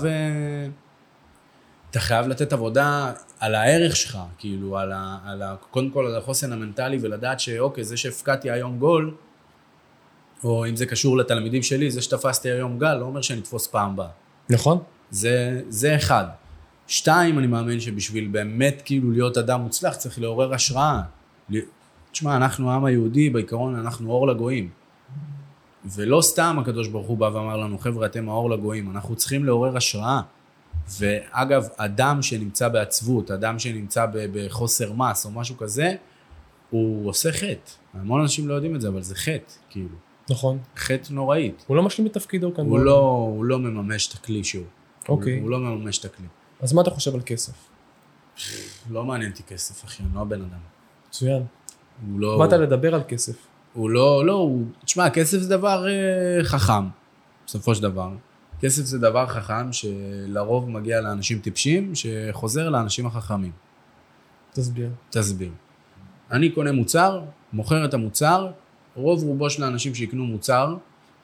אתה חייב לתת עבודה על הערך שלך, כאילו, על ה, על ה, קודם כל על החוסן המנטלי, ולדעת שאוקיי, זה שהפקעתי היום גול, או אם זה קשור לתלמידים שלי, זה שתפסתי היום גל, לא אומר שאני תפוס פעם הבאה. נכון. זה, זה אחד. שתיים, אני מאמין שבשביל באמת כאילו להיות אדם מוצלח, צריך לעורר השראה. תשמע, אנחנו העם היהודי, בעיקרון אנחנו אור לגויים. ולא סתם הקדוש ברוך הוא בא ואמר לנו, חבר'ה, אתם האור לגויים, אנחנו צריכים לעורר השראה. ואגב, אדם שנמצא בעצבות, אדם שנמצא בחוסר מס או משהו כזה, הוא עושה חטא. המון אנשים לא יודעים את זה, אבל זה חטא, כאילו. נכון. חטא נוראית. הוא לא משלים בתפקידו כאן. הוא לא, הוא לא מממש את הכלי שהוא. אוקיי. הוא, הוא לא מממש את הכלי. אז מה אתה חושב על כסף? לא מעניין אותי כסף, אחי, אני לא בן אדם. מצוין. הוא לא... באת לדבר על כסף. הוא לא, לא, הוא... תשמע, כסף זה דבר אה, חכם, בסופו של דבר. כסף זה דבר חכם שלרוב מגיע לאנשים טיפשים, שחוזר לאנשים החכמים. תסביר. תסביר. אני קונה מוצר, מוכר את המוצר, רוב רובו של האנשים שיקנו מוצר,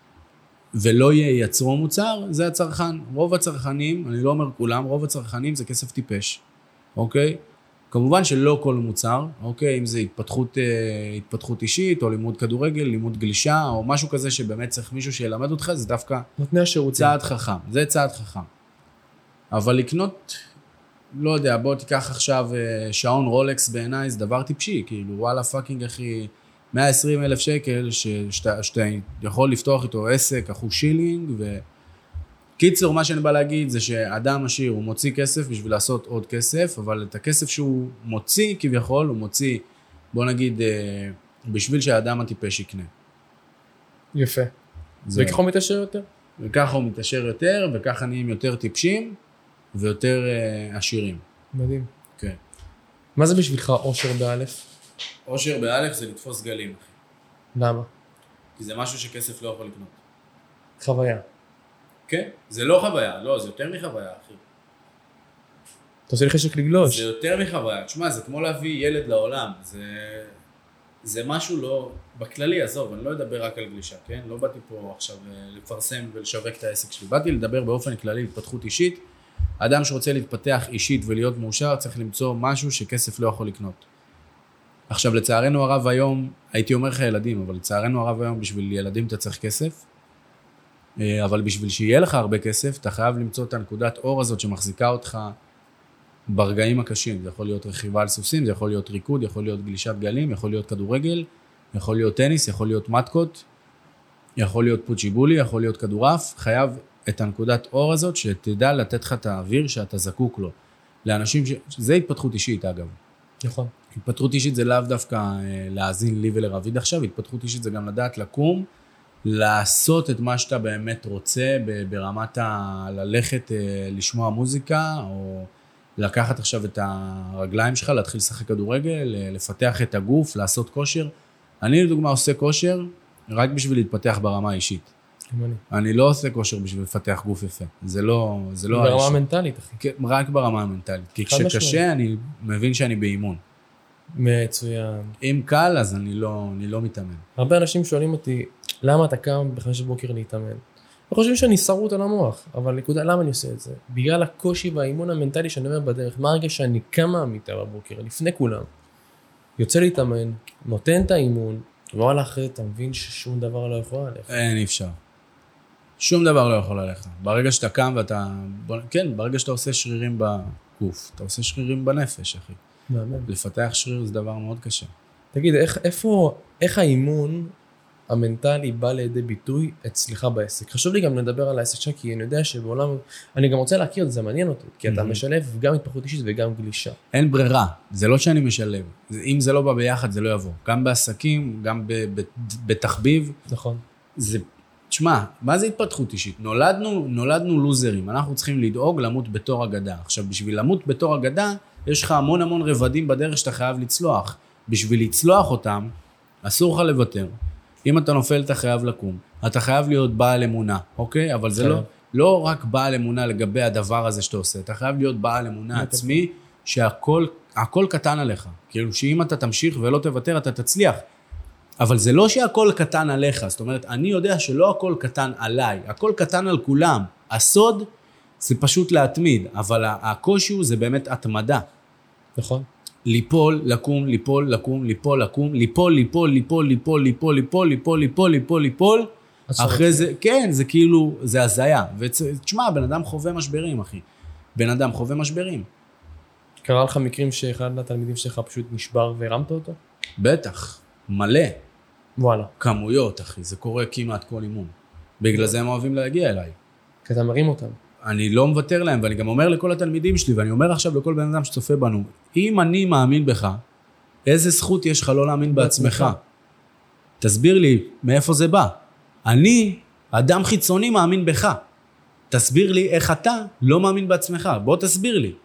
ולא ייצרו מוצר, זה הצרכן. רוב הצרכנים, אני לא אומר כולם, רוב הצרכנים זה כסף טיפש, אוקיי? כמובן שלא כל מוצר, אוקיי? אם זה התפתחות, התפתחות אישית, או לימוד כדורגל, לימוד גלישה, או משהו כזה שבאמת צריך מישהו שילמד אותך, זה דווקא נותני השירותים. צעד חכם, זה צעד חכם. אבל לקנות, לא יודע, בוא תיקח עכשיו שעון רולקס בעיניי, זה דבר טיפשי, כאילו וואלה פאקינג אחי, מאה ועשרים אלף שקל, שאתה, שאתה יכול לפתוח איתו עסק, אחו שילינג, וקיצור, מה שאני בא להגיד זה שאדם עשיר, הוא מוציא כסף בשביל לעשות עוד כסף, אבל את הכסף שהוא מוציא כביכול, הוא מוציא, בוא נגיד, בשביל שהאדם הטיפש יקנה. יפה. זה... וככה הוא מתעשר יותר? וככה הוא מתעשר יותר, וככה נהיים יותר טיפשים, ויותר עשירים. מדהים. כן. מה זה בשבילך אושר באלף? אושר באלף זה לתפוס גלים, אחי. למה? כי זה משהו שכסף לא יכול לקנות. חוויה. כן, זה לא חוויה, לא, זה יותר מחוויה, אחי. אתה עושה לי חשק לגלוש. זה יותר מחוויה. תשמע, זה כמו להביא ילד לעולם. זה, זה משהו לא, בכללי, עזוב, אני לא אדבר רק על גלישה, כן? לא באתי פה עכשיו לפרסם ולשווק את העסק שלי. באתי לדבר באופן כללי, התפתחות אישית. האדם שרוצה להתפתח אישית ולהיות מאושר, צריך למצוא משהו שכסף לא יכול לקנות. עכשיו, לצערנו הרב היום, הייתי אומר לך ילדים, אבל לצערנו הרב היום, בשביל ילדים אתה צריך כסף, אבל בשביל שיהיה לך הרבה כסף, אתה חייב למצוא את הנקודת אור הזאת שמחזיקה אותך ברגעים הקשים. זה יכול להיות רכיבה על סוסים, זה יכול להיות ריקוד, יכול להיות גלישת גלים, יכול להיות כדורגל, יכול להיות טניס, יכול להיות מתקות, יכול להיות פוצ'יבולי, יכול להיות כדורף. חייב את הנקודת אור הזאת שתדע לתת לך את האוויר שאתה זקוק לו. לאנשים ש... זה התפתחות אישית, אגב. נכון. התפתחות אישית זה לאו דווקא להאזין לי ולרביד עכשיו, התפתחות אישית זה גם לדעת לקום לעשות את מה שאתה באמת רוצה, ברמת ה... ללכת לשמוע מוזיקה, או לקחת עכשיו את הרגליים שלך, להתחיל לשחק כדורגל, לפתח את הגוף, לעשות כושר. אני לדוגמה עושה כושר רק בשביל להתפתח ברמה האישית. אני לא עושה כושר בשביל לפתח גוף יפה. זה לא... זה לא ברמה המנטלית, אחי. רק ברמה המנטלית. כי כשקשה אני מבין שאני באימון. מצוין. אם קל, אז אני לא, אני לא מתאמן. הרבה אנשים שואלים אותי, למה אתה קם בחמש בבוקר להתאמן? אני חושב שאני שרוט על המוח, אבל נקודה, למה אני עושה את זה? בגלל הקושי והאימון המנטלי שאני אומר בדרך, מה הרגע שאני קם מהמיטה בבוקר, לפני כולם, יוצא להתאמן, נותן את האימון, ועל אחרי אתה מבין ששום דבר לא יכול עליך. אין, אי אפשר. שום דבר לא יכול עליך. ברגע שאתה קם ואתה, כן, ברגע שאתה עושה שרירים בגוף, אתה עושה שרירים בנפש, אחי. מאמן. לפתח שריר זה דבר מאוד קשה. תגיד, איך, איפה, איך האימון המנטלי בא לידי ביטוי אצלך בעסק? חשוב לי גם לדבר על העסק שלך, כי אני יודע שבעולם, אני גם רוצה להכיר את זה, מעניין אותי, כי אתה משלב גם התפתחות אישית וגם גלישה. אין ברירה, זה לא שאני משלב. אם זה לא בא ביחד, זה לא יבוא. גם בעסקים, גם בתחביב. נכון. זה, תשמע, מה זה התפתחות אישית? נולדנו, נולדנו לוזרים, אנחנו צריכים לדאוג למות בתור אגדה. עכשיו, בשביל למות בתור אגדה, יש לך המון המון רבדים בדרך שאתה חייב לצלוח. בשביל לצלוח אותם, אסור לך לוותר. אם אתה נופל, אתה חייב לקום. אתה חייב להיות בעל אמונה, אוקיי? אבל זה לא, לא רק בעל אמונה לגבי הדבר הזה שאתה עושה. אתה חייב להיות בעל אמונה עצמי, שהכל, הכל קטן עליך. כאילו שאם אתה תמשיך ולא תוותר, אתה תצליח. אבל זה לא שהכל קטן עליך. זאת אומרת, אני יודע שלא הכל קטן עליי. הכל קטן על כולם. הסוד זה פשוט להתמיד, אבל הקושי הוא זה באמת התמדה. נכון. ליפול, לקום, ליפול, לקום, ליפול, לקום, ליפול, ליפול, ליפול, ליפול, ליפול, ליפול, ליפול, ליפול, ליפול, ליפול. אחרי זה, כן, זה כאילו, זה הזיה. ותשמע, בן אדם חווה משברים, אחי. בן אדם חווה משברים. קרה לך מקרים שאחד התלמידים שלך פשוט נשבר והרמת אותו? בטח, מלא. וואלה. כמויות, אחי. זה קורה כמעט כל אימון. בגלל זה הם אוהבים להגיע אליי. כי אתה מרים אותם. אני לא מוותר להם, ואני גם אומר לכל התלמידים שלי, ואני אומר עכשיו לכל בן אדם שצופה בנו, אם אני מאמין בך, איזה זכות יש לך לא להאמין בעצמך? תסביר לי מאיפה זה בא. אני, אדם חיצוני, מאמין בך. תסביר לי איך אתה לא מאמין בעצמך. בוא תסביר לי.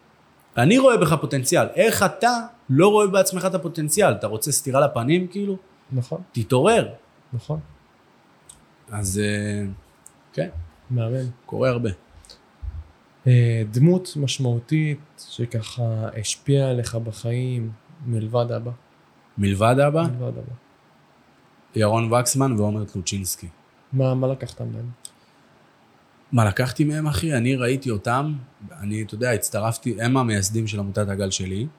אני רואה בך פוטנציאל. איך אתה לא רואה בעצמך את הפוטנציאל? אתה רוצה סתירה לפנים כאילו? נכון. תתעורר. נכון. אז כן. מאמן. קורה הרבה. דמות משמעותית שככה השפיעה עליך בחיים מלבד אבא. מלבד אבא? מלבד אבא. ירון וקסמן ועומר טלוצ'ינסקי. מה, מה לקחת מהם? מה לקחתי מהם, אחי? אני ראיתי אותם, אני, אתה יודע, הצטרפתי, הם המייסדים של עמותת הגל שלי,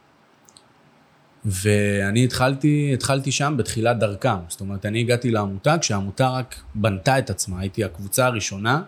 ואני התחלתי, התחלתי שם בתחילת דרכם. זאת אומרת, אני הגעתי לעמותה, כשהעמותה רק בנתה את עצמה, הייתי הקבוצה הראשונה,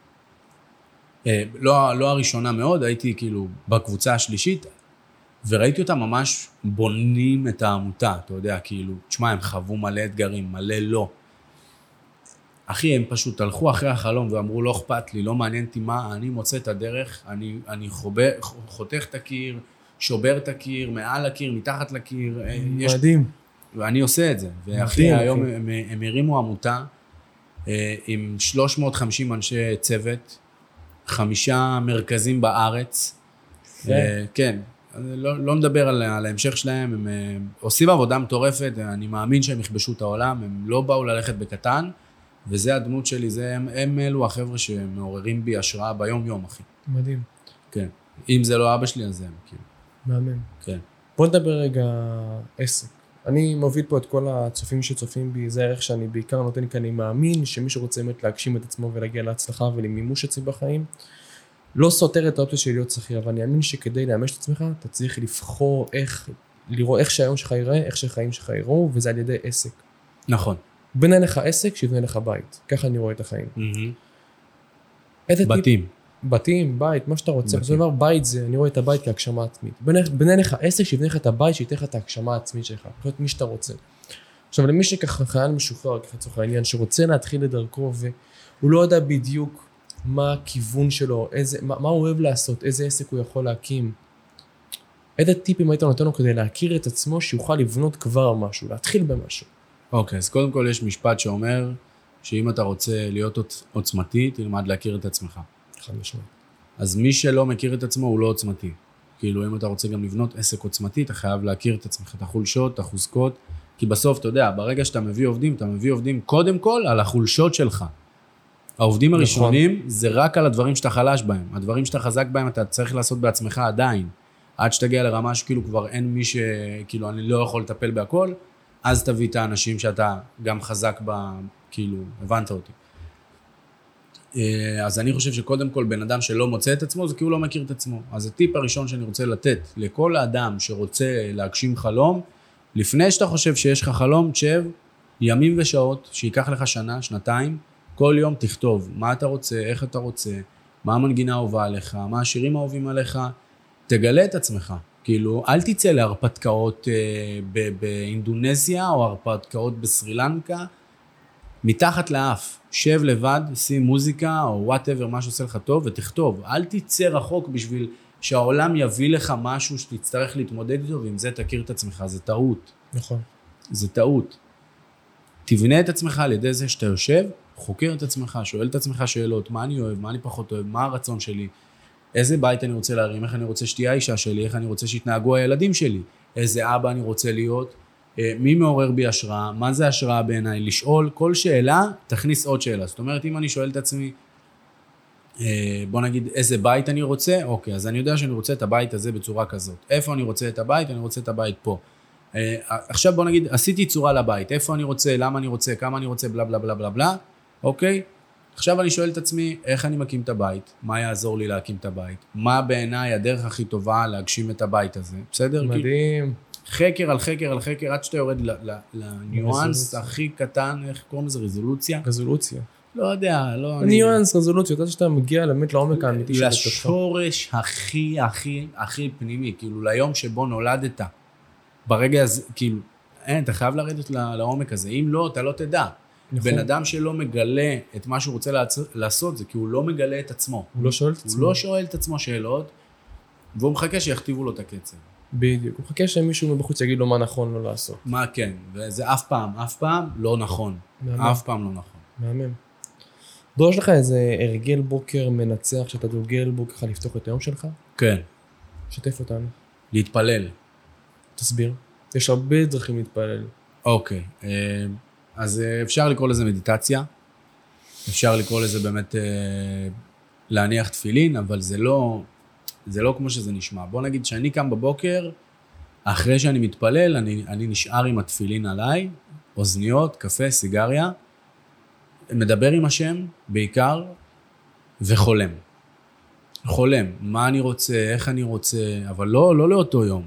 לא, לא הראשונה מאוד, הייתי כאילו בקבוצה השלישית, וראיתי אותם ממש בונים את העמותה, אתה יודע, כאילו, תשמע, הם חוו מלא אתגרים, מלא לא. אחי, הם פשוט הלכו אחרי החלום ואמרו, לא אכפת לי, לא מעניין אותי מה, אני מוצא את הדרך, אני, אני חובה, חותך את הקיר, שובר את הקיר, מעל הקיר, מתחת לקיר. מדהים. יש... ואני עושה את זה. ואחי, היום הם, הם הרימו עמותה עם שלוש מאות וחמישים אנשי צוות, חמישה מרכזים בארץ. כן, לא, לא נדבר על, על ההמשך שלהם, הם עושים עבודה מטורפת, אני מאמין שהם יכבשו את העולם, הם לא באו ללכת בקטן, וזה הדמות שלי, זה, הם, הם אלו החבר'ה שמעוררים בי השראה ביום יום, אחי. מדהים. כן. אם זה לא אבא שלי, אז זה הם, כאילו. מאמן. כן. בוא נדבר רגע עסק. אני מוביל פה את כל הצופים שצופים בי, זה הערך שאני בעיקר נותן, כי אני מאמין שמי שרוצה באמת להגשים את עצמו ולהגיע להצלחה ולמימוש עצמי בחיים, לא סותר את האופציה של להיות שכיר, אבל אני מאמין שכדי לאמש את עצמך, אתה צריך לבחור איך, לראות איך שהיום שלך ייראה, איך שחיים שלך יראו, וזה על ידי עסק. נכון. בנה לך עסק, שיבנה לך בית. ככה אני רואה את החיים. בתים. בתים, בית, מה שאתה רוצה. בסופו של דבר, בית זה, אני רואה את הבית כהגשמה עצמית. בנה לך עסק, שיבנה לך את הבית, שייתן לך את ההגשמה העצמית שלך. להיות מי שאתה רוצה. עכשיו, למי שככה חייל משוחרר, ככה צורך העניין, שרוצה להתחיל לדרכו, והוא לא יודע בדיוק מה הכיוון שלו, איזה, מה, מה הוא אוהב לעשות, איזה עסק הוא יכול להקים. איזה טיפים היית נותן לו כדי להכיר את עצמו, שיוכל לבנות כבר משהו, להתחיל במשהו. אוקיי, אז קודם כל יש משפט שאומר, שאם אתה רוצה להיות עוצמתי, תלמד להכיר את עצמך. חד משמעית. אז מי שלא מכיר את עצמו הוא לא עוצמתי. כאילו, אם אתה רוצה גם לבנות עסק עוצמתי, אתה חייב להכיר את עצמך, את החולשות, את החוזקות, כי בסוף, אתה יודע, ברגע שאתה מביא עובדים, אתה מביא עובדים קודם כל על החולשות שלך. העובדים הראשונים נכון. זה רק על הדברים שאתה חלש בהם. הדברים שאתה חזק בהם, אתה צריך לעשות בעצמך עדיין. עד שתגיע לרמה שכאילו כבר אין מי ש... כאילו, אני לא יכול לטפל בהכל, אז תביא את האנשים שאתה גם חזק ב... כאילו, הבנת אותי. אז אני חושב שקודם כל בן אדם שלא מוצא את עצמו, זה כי הוא לא מכיר את עצמו. אז הטיפ הראשון שאני רוצה לתת לכל האדם שרוצה להגשים חלום, לפני שאתה חושב שיש לך חלום, תשב ימים ושעות, שיקח לך שנה, שנתיים, כל יום תכתוב מה אתה רוצה, איך אתה רוצה, מה המנגינה אהובה עליך, מה השירים האהובים עליך, תגלה את עצמך. כאילו, אל תצא להרפתקאות אה, באינדונזיה או הרפתקאות בסרילנקה, מתחת לאף, שב לבד, שים מוזיקה או whatever, מה שעושה לך טוב, ותכתוב. אל תצא רחוק בשביל שהעולם יביא לך משהו שתצטרך להתמודד איתו, ועם זה תכיר את עצמך, זה טעות. נכון. זה טעות. תבנה את עצמך על ידי זה שאתה יושב, חוקר את עצמך, שואל את עצמך שאלות, מה אני אוהב, מה אני פחות אוהב, מה הרצון שלי, איזה בית אני רוצה להרים, איך אני רוצה שתהיה האישה שלי, איך אני רוצה שיתנהגו הילדים שלי, איזה אבא אני רוצה להיות, מי מעורר בי השראה, מה זה השראה בעיניי, לשאול כל שאלה, תכניס עוד שאלה. זאת אומרת, אם אני שואל את עצמי, בוא נגיד איזה בית אני רוצה, אוקיי, אז אני יודע שאני רוצה את הבית הזה בצורה כזאת. איפה אני רוצה את הבית? אני רוצה את הבית פה. עכשיו בוא נגיד, עשיתי צורה לבית, איפה אני רוצה, למה אני רוצה, כמה אני רוצה, בלה בלה בלה בלה בלה, אוקיי? עכשיו אני שואל את עצמי, איך אני מקים את הבית? מה יעזור לי להקים את הבית? מה בעיניי הדרך הכי טובה להגשים את הבית הזה? בסדר? מדהים. חקר על חקר על חקר, עד שאתה יורד לניואנס הכי קטן, איך קוראים לזה? רזולוציה? רזולוציה. לא יודע, לא... ניואנס, רזולוציה, אתה שאתה מגיע באמת לעומק האמיתי של התפתחה. לשורש הכי, הכי, הכי פנימי, כאילו ליום שבו נולדת. ברגע הזה, כאילו, אין, אתה חייב לרדת לעומק הזה. אם לא, אתה לא תדע. בן אדם שלא מגלה את מה שהוא רוצה לעשות, זה כי הוא לא מגלה את עצמו. הוא לא שואל את עצמו. הוא לא שואל את עצמו שאלות, והוא מחכה שיכתיבו לו את הקצב. בדיוק, הוא מחכה שמישהו מבחוץ יגיד לו מה נכון לו לעשות. מה כן, וזה אף פעם, אף פעם לא נכון. אף פעם לא נכון. מהמם. דור, יש לך איזה הרגל בוקר מנצח, שאתה דוגל בו ככה לפתוח את היום שלך? כן. שתף אותנו. להתפלל. תסביר. יש הרבה דרכים להתפלל. אוקיי. אז אפשר לקרוא לזה מדיטציה. אפשר לקרוא לזה באמת להניח תפילין, אבל זה לא... זה לא כמו שזה נשמע. בוא נגיד שאני קם בבוקר, אחרי שאני מתפלל, אני, אני נשאר עם התפילין עליי, אוזניות, קפה, סיגריה, מדבר עם השם, בעיקר, וחולם. חולם, מה אני רוצה, איך אני רוצה, אבל לא, לא לאותו יום.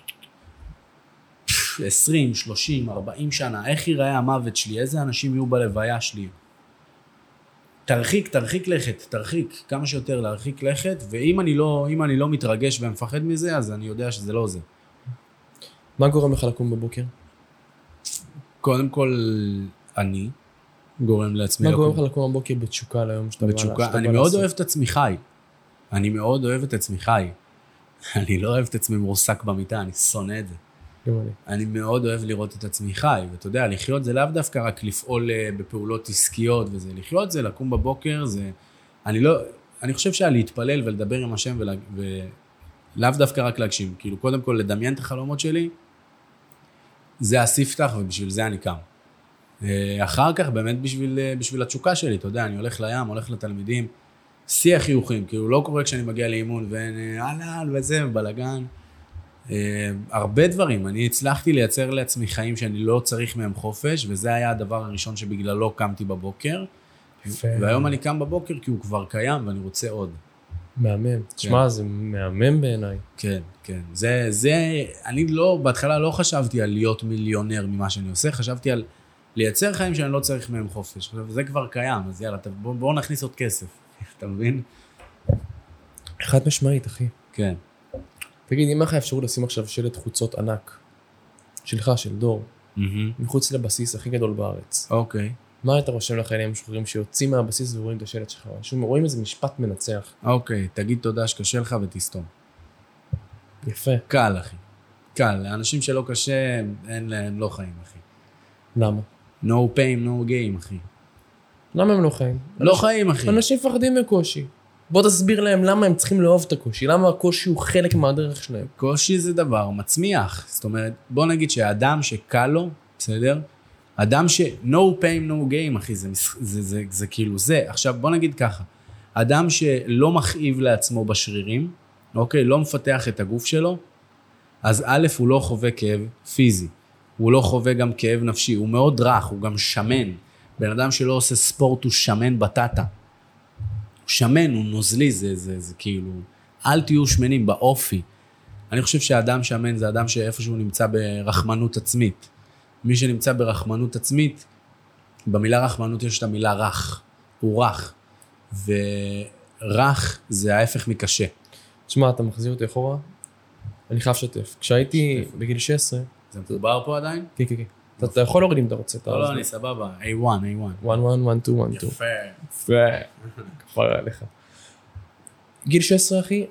עשרים, שלושים, ארבעים שנה, איך ייראה המוות שלי, איזה אנשים יהיו בלוויה שלי. תרחיק, תרחיק לכת, תרחיק, כמה שיותר להרחיק לכת, ואם אני לא, אם אני לא מתרגש ומפחד מזה, אז אני יודע שזה לא זה. מה גורם לך לקום בבוקר? קודם כל, אני גורם לעצמי לקום. לקום. מה גורם לך לקום בבוקר בתשוקה ליום שאתה בא לעשות? בתשוקה, אני מאוד אוהב את עצמי חי. אני מאוד אוהב את עצמי חי. אני לא אוהב את עצמי מורסק במיטה, אני שונא את זה. אני. אני מאוד אוהב לראות את עצמי חי, ואתה יודע, לחיות זה לאו דווקא רק לפעול בפעולות עסקיות וזה, לחיות זה לקום בבוקר, זה, אני לא, אני חושב שהיה להתפלל ולדבר עם השם ולה, ולאו דווקא רק להגשים, כאילו קודם כל לדמיין את החלומות שלי, זה הספתח ובשביל זה אני קם. אחר כך באמת בשביל, בשביל התשוקה שלי, אתה יודע, אני הולך לים, הולך לתלמידים, שיח חיוכים, כאילו לא קורה כשאני מגיע לאימון ואהלן וזה, בלגן. Uh, הרבה דברים, אני הצלחתי לייצר לעצמי חיים שאני לא צריך מהם חופש, וזה היה הדבר הראשון שבגללו קמתי בבוקר, ו... והיום אני קם בבוקר כי הוא כבר קיים ואני רוצה עוד. מהמם, תשמע, כן. זה מהמם בעיניי. כן, כן, זה, זה, אני לא, בהתחלה לא חשבתי על להיות מיליונר ממה שאני עושה, חשבתי על לייצר חיים שאני לא צריך מהם חופש, וזה כבר קיים, אז יאללה, בואו בוא נכניס עוד כסף, אתה מבין? חד משמעית, אחי. כן. תגיד, אם לך אפשרות לשים עכשיו שלט חוצות ענק, שלך, של דור, mm-hmm. מחוץ לבסיס הכי גדול בארץ. אוקיי. Okay. מה היית רושם לחיילים משוחררים שיוצאים מהבסיס ורואים את השלט שלך? שום, רואים איזה משפט מנצח. אוקיי, okay, תגיד תודה שקשה לך ותסתום. יפה. קל, אחי. קל. לאנשים שלא קשה, אין להם לא חיים, אחי. למה? No pain, no game, אחי. למה הם לא חיים? לא חיים, אחי. אנשים מפחדים מקושי. בוא תסביר להם למה הם צריכים לאהוב את הקושי, למה הקושי הוא חלק מהדרך שלהם. קושי זה דבר מצמיח. זאת אומרת, בוא נגיד שהאדם שקל לו, בסדר? אדם ש... no pain, no game, אחי, זה, זה, זה, זה, זה כאילו זה. עכשיו, בוא נגיד ככה. אדם שלא מכאיב לעצמו בשרירים, אוקיי? לא מפתח את הגוף שלו, אז א', הוא לא חווה כאב פיזי. הוא לא חווה גם כאב נפשי. הוא מאוד רך, הוא גם שמן. בן אדם שלא עושה ספורט הוא שמן בטטה. הוא שמן, הוא נוזלי, זה, זה, זה כאילו... אל תהיו שמנים באופי. אני חושב שהאדם שמן זה אדם שאיפשהו נמצא ברחמנות עצמית. מי שנמצא ברחמנות עצמית, במילה רחמנות יש את המילה רך. הוא רך. ורח זה ההפך מקשה. תשמע, אתה מחזיר אותי אחורה? אני חייב שתף. כשהייתי בגיל שש עשרה... זה מדובר פה עדיין? כן, כן, כן. אתה יכול להוריד אם אתה רוצה. לא, לא, אני סבבה. איי וואן, איי וואן. אחת, אחת, אחת, שתיים, שתיים. יפה. יפה. כפרה עליך. גיל שש עשרה, אחי,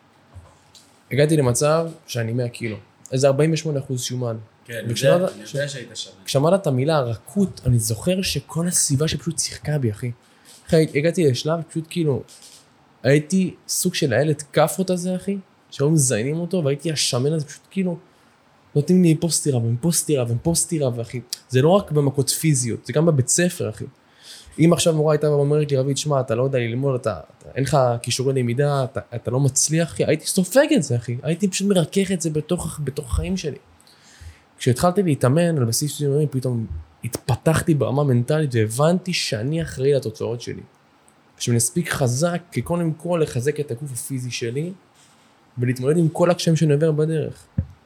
הגעתי למצב שאני מאה קילו. איזה ארבעים ושמונה אחוז שומן. כן, אני יודע שהיית שמן. כשאמרת את המילה הרכות, אני זוכר שכל הסביבה שפשוט שיחקה בי, אחי. אחי, הגעתי לשלב, פשוט כאילו, הייתי סוג של הילד כפות הזה, אחי, שהיום מזיינים אותו, והייתי השמן הזה, פשוט כאילו, נותנים לי פה סתירה, ופה סתירה, ופה סתירה, ואחי, זה לא רק במכות פיזיות, זה גם בבית ספר, אחי. אם עכשיו מורה הייתה ואומרת לי, רבית, שמע, אתה לא יודע ללמוד, אתה, אתה, אין לך כישורי למידה, אתה, אתה לא מצליח, אחי, הייתי סופג את זה, אחי, הייתי פשוט מרכך את זה בתוך, בתוך החיים שלי. כשהתחלתי להתאמן על בסיס יומי, פתאום התפתחתי ברמה מנטלית, והבנתי שאני אחראי לתוצאות שלי. שאני אספיק חזק, כי קודם כל לחזק את הגוף הפיזי שלי, ולהתמודד עם כל הקשיים שאני עובר בדרך.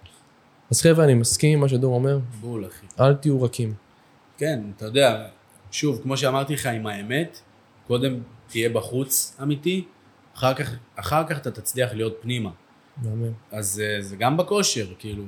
אז חבר'ה, אני מסכים עם מה שדור אומר. בול, אחי. אל תהיו רכים. כן, אתה יודע, שוב, כמו שאמרתי לך עם האמת, קודם תהיה בחוץ אמיתי, אחר כך, אחר כך אתה תצליח להיות פנימה. מאמן. אז זה גם בכושר, כאילו.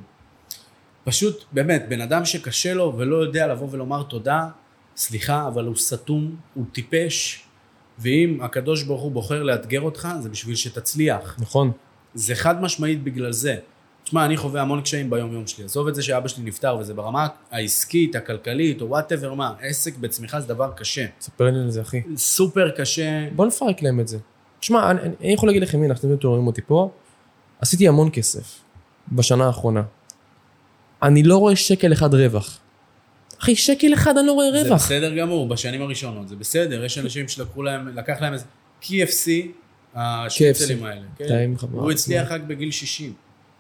פשוט, באמת, בן אדם שקשה לו ולא יודע לבוא ולומר תודה, סליחה, אבל הוא סתום, הוא טיפש, ואם הקדוש ברוך הוא בוחר לאתגר אותך, זה בשביל שתצליח. נכון. זה חד משמעית בגלל זה. תשמע, אני חווה המון קשיים ביום יום שלי. עזוב את זה שאבא שלי נפטר, וזה ברמה העסקית, הכלכלית, או whatever מה. עסק בצמיחה זה דבר קשה. ספר לי על זה, אחי. סופר קשה. בוא נפרק להם את זה. תשמע, אני, אני יכול להגיד לכם, הנה, אתם רואים אותי פה, עשיתי המון כסף בשנה האחרונה. אני לא רואה שקל אחד רווח. אחי, שקל אחד אני לא רואה רווח. זה בסדר גמור, בשנים הראשונות, זה בסדר. יש אנשים שלקחו להם, לקח להם איזה קי אף סי, השפיצלים האלה. כן? הוא הצליח רק בגיל שישים.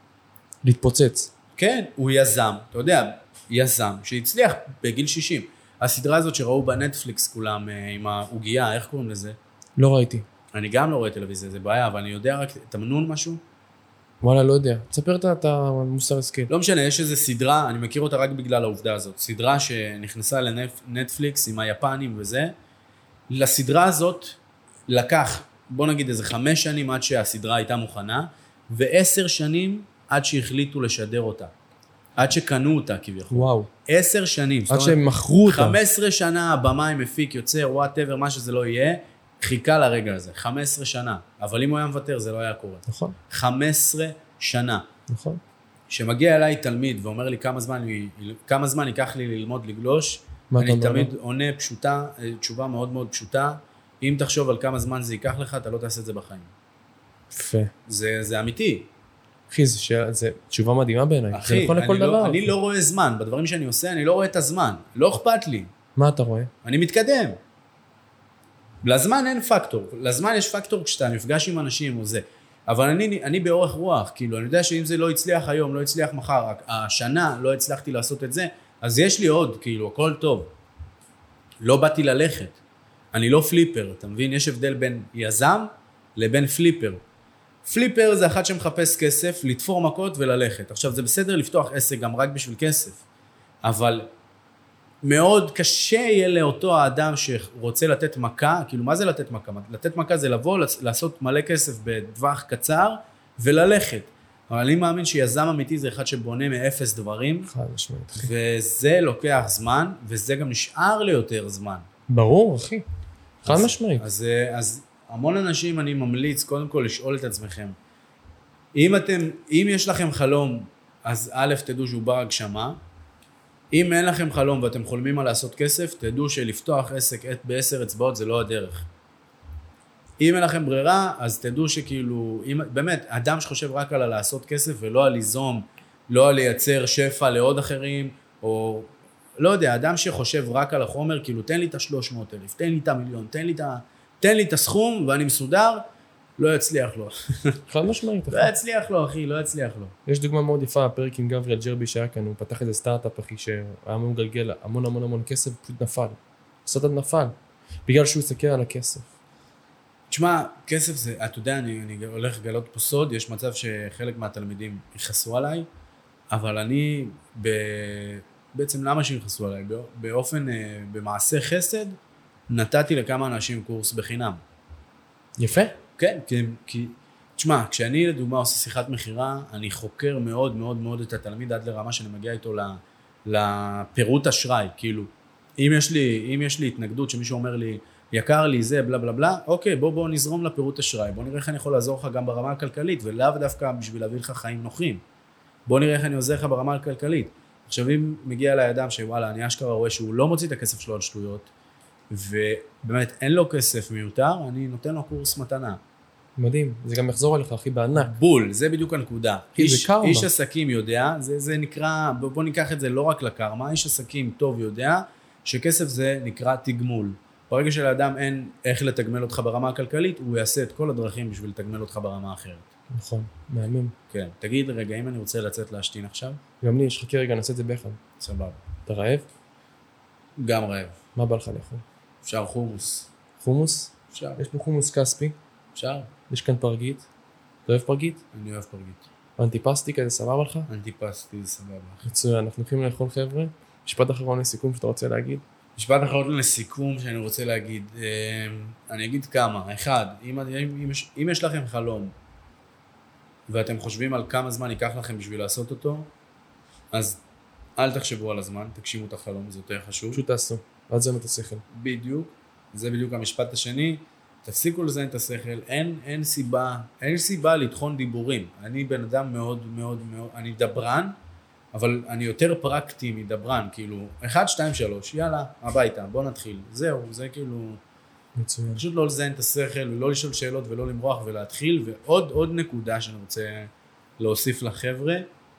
להתפוצץ. כן, הוא יזם, אתה יודע, יזם, שהצליח בגיל שישים. הסדרה הזאת שראו בנטפליקס כולם עם ההוגיה, איך קוראים לזה? לא ראיתי. אני גם לא רואה טלוויזיה, זה בעיה, אבל אני יודע רק, תמנון משהו? וואלה, לא יודע. תספר את המוסר השכל. לא משנה, יש איזו סדרה, אני מכיר אותה רק בגלל העובדה הזאת. סדרה שנכנסה לנטפליקס עם היפנים וזה. לסדרה הזאת לקח, בוא נגיד איזה חמש שנים עד שהסדרה הייתה מוכנה, ועשר שנים עד שהחליטו לשדר אותה. עד שקנו אותה כביכול. וואו. עשר שנים. עד שהם מכרו אותה. חמש עשרה שנה הבמאי מפיק, יוצר, whatever, מה שזה לא יהיה, חיכה לרגע הזה. חמש עשרה שנה. אבל אם הוא היה מוותר, זה לא היה קורה. נכון. חמש עשרה שנה. נכון. שמגיע אליי תלמיד ואומר לי כמה זמן, כמה זמן ייקח לי ללמוד לגלוש, אני תמיד עונה פשוטה, תשובה מאוד מאוד פשוטה. אם תחשוב על כמה זמן זה ייקח לך, אתה לא תעשה את זה בחיים. יפה. זה, זה אמיתי. אחי, זה, זה תשובה מדהימה בעיניי. אחי, זה נכון לכל לא, דבר. אני לא רואה זמן. בדברים שאני עושה, אני לא רואה את הזמן. לא אכפת לי. מה אתה רואה? אני מתקדם. לזמן אין פקטור. לזמן יש פקטור כשאתה נפגש עם אנשים או זה. אבל אני, אני באורך רוח. כאילו, אני יודע שאם זה לא הצליח היום, לא הצליח מחר, השנה לא הצלחתי לעשות את זה, אז יש לי עוד, כאילו, הכל טוב. לא באתי ללכת. אני לא פליפר, אתה מבין? יש הבדל בין יזם לבין פליפר. פליפר זה אחד שמחפש כסף, לתפור מכות וללכת. עכשיו, זה בסדר לפתוח עסק גם רק בשביל כסף, אבל מאוד קשה יהיה לאותו האדם שרוצה לתת מכה, כאילו מה זה לתת מכה? לתת מכה זה לבוא, לעשות מלא כסף בטווח קצר וללכת. אבל אני מאמין שיזם אמיתי זה אחד שבונה מאפס דברים, חד משמעית, אחי. וזה לוקח זמן, וזה גם נשאר ליותר זמן. ברור, אחי. חד משמעית. אז, אז המון אנשים אני ממליץ קודם כל לשאול את עצמכם, אם אתם, אם יש לכם חלום, אז א' תדעו שהוא בר הגשמה, אם אין לכם חלום ואתם חולמים על לעשות כסף, תדעו שלפתוח עסק בעשר אצבעות זה לא הדרך. אם אין לכם ברירה, אז תדעו שכאילו, אם, באמת, אדם שחושב רק על לעשות כסף ולא על ליזום, לא על לייצר שפע לעוד אחרים, או לא יודע, אדם שחושב רק על החומר, כאילו תן לי את ה-שלוש מאות אלף, תן לי את המיליון, תן לי את, ה... תן לי את הסכום ואני מסודר, לא יצליח לו. חד משמעית. לא יצליח לו, אחי, לא יצליח לו. יש דוגמה מאוד יפה, הפרק עם גבריאל ג'רבי שהיה כאן, הוא פתח איזה סטארט-אפ, אחי, שהיה מגלגל המון המון המון כסף, פשוט נפל. הסטארט-אפ נפל, בגלל שהוא הסתכל על הכסף. תשמע, כסף זה, אתה יודע, אני, אני הולך לגלות פה סוד, יש מצב שחלק מהתלמידים יכעסו עליי, אבל אני, ב... בעצם למה שיכעסו עליי? באופן, במעשה חסד, נתתי לכמה אנשים קורס בחינם. יפה. כן, כי, כי, תשמע, כשאני לדוגמה עושה שיחת מחירה, אני חוקר מאוד מאוד מאוד את התלמיד עד לרמה שאני מגיע איתו לפירוט אשראי, כאילו, אם יש לי, אם יש לי התנגדות שמישהו אומר לי, יקר לי זה, בלה בלה בלה, אוקיי, בוא בוא נזרום לפירוט אשראי, בוא נראה איך אני יכול לעזור לך גם ברמה הכלכלית, ולאו דווקא בשביל להביא לך חיים נוחים. בוא נראה איך אני עוזר לך ברמה הכלכלית. עכשיו אם מגיע אליי אדם שוואלה, אני אשכרה רואה שהוא לא מוציא את הכסף שלו על שטויות, ובאמת אין לו כסף מיותר, אני נותן לו קורס מתנה. מדהים, זה גם יחזור עליך, אחי, בענק. בול, זה בדיוק הנקודה. איש, איש עסקים יודע, זה, זה נקרא, בוא ניקח את זה לא רק לקרמה, איש עסקים טוב יודע, שכסף זה נקרא תגמול. ברגע שלאדם אין איך לתגמל אותך ברמה הכלכלית, הוא יעשה את כל הדרכים בשביל לתגמל אותך ברמה האחרת. נכון, מהמם. כן, תגיד רגע, אם אני רוצה לצאת להשתין עכשיו? גם לי, יש חכה רגע, נעשה את זה ביחד. סבבה. אתה רעב? גם רעב. מה בא לך לאכול? אפשר חומוס. חומוס? אפשר. יש פה חומוס כספי. אפשר. יש כאן פרגית. אתה אוהב פרגית? אני אוהב פרגית. אנטיפסטי כזה סבבה לך? אנטיפסטי זה סבבה. מצוין, אנחנו הולכים לאכול חבר'ה. משפט אחרון לסיכום שאתה רוצה להגיד? משפט אחרון לסיכום שאני רוצה להגיד. אני אגיד כמה. אחד, אם, אם, יש, אם יש לכם חלום, ואתם חושבים על כמה זמן ייקח לכם בשביל לעשות אותו, אז אל תחשבו על הזמן, תגשימו את החלום, זה יותר חשוב. פשוט תעשו, עד זמן את השכל. בדיוק, זה בדיוק המשפט השני, תפסיקו לזיין את השכל, אין, אין סיבה, אין סיבה לתחון דיבורים. אני בן אדם מאוד מאוד מאוד, אני דברן, אבל אני יותר פרקטי מדברן, כאילו, אחד, שתיים, שלוש, יאללה, הביתה, בוא נתחיל. זהו, זה כאילו, מצוין. פשוט לא לזיין את השכל, ולא לשאול שאלות ולא למרוח ולהתחיל, ועוד עוד נקודה שאני רוצה להוסיף לחבר'ה,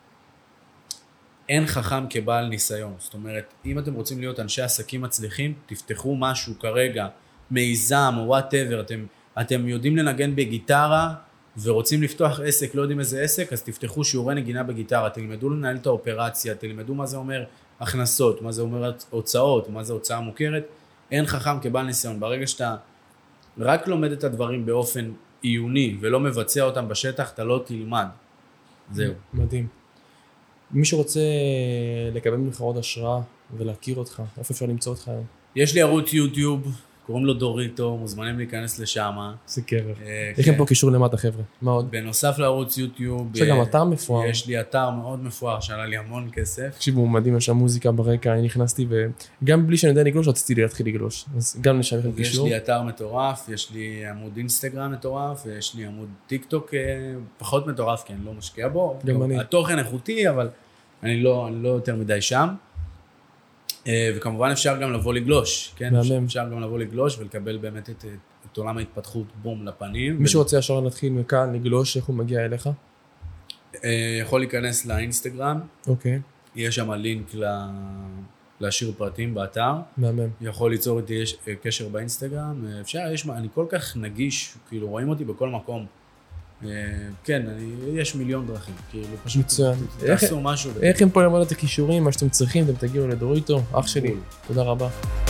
אין חכם כבעל ניסיון. זאת אומרת, אם אתם רוצים להיות אנשי עסקים מצליחים, תפתחו משהו כרגע, מיזם או whatever, אתם, אתם יודעים לנגן בגיטרה, ורוצים לפתוח עסק, לא יודעים איזה עסק, אז תפתחו שיעורי נגינה בגיטרה, תלמדו לנהל את האופרציה, תלמדו מה זה אומר הכנסות, מה זה אומר הוצאות, מה זה הוצאה מוכרת, אין חכם כבעל ניסיון. ברגע שאתה רק לומד את הדברים באופן עיוני, ולא מבצע אותם בשטח, אתה לא תלמד. זהו. מדהים. מי שרוצה לקבל ממך עוד השראה ולהכיר אותך, איפה אפשר למצוא אותך היום? יש לי ערוץ יוטיוב, קוראים לו דוריטו, מוזמנים להיכנס לשם. זה כיף. יש לכם פה קישור למטה, חבר'ה. מה עוד? בנוסף לערוץ יוטיוב, יש גם אתר מפואר. יש לי אתר מאוד מפואר, שעלה לי המון כסף. תקשיבו, מדהים, יש שם מוזיקה ברקע, אני נכנסתי וגם בלי שאני יודע לגלוש, רציתי להתחיל לגלוש. אז גם נשאר לכם קישור. יש לי אתר מטורף, יש לי עמוד אינסטגרם מטורף, ויש לי עמוד טיק טוק פחות מטורף, כי אני לא משקיע בו. גם אני. התוכן איכותי, אבל אני לא, אני לא יותר מדי שם. וכמובן אפשר גם לבוא לגלוש, כן? מהמם. אפשר גם לבוא לגלוש ולקבל באמת את, את עולם ההתפתחות בום לפנים. מי שרוצה ישר להתחיל מכאן לגלוש, איך הוא מגיע אליך? יכול להיכנס לאינסטגרם. אוקיי. יש שם לינק להשאיר פרטים באתר. מהמם. יכול ליצור איתי קשר באינסטגרם. אפשר, יש, אני כל כך נגיש, כאילו רואים אותי בכל מקום. כן, אני, יש מיליון דרכים, כאילו פשוט תעשו משהו. איך הם פה למעלה את הכישורים, מה שאתם צריכים, אתם תגיעו לדוריטו, אח שלי, תודה רבה.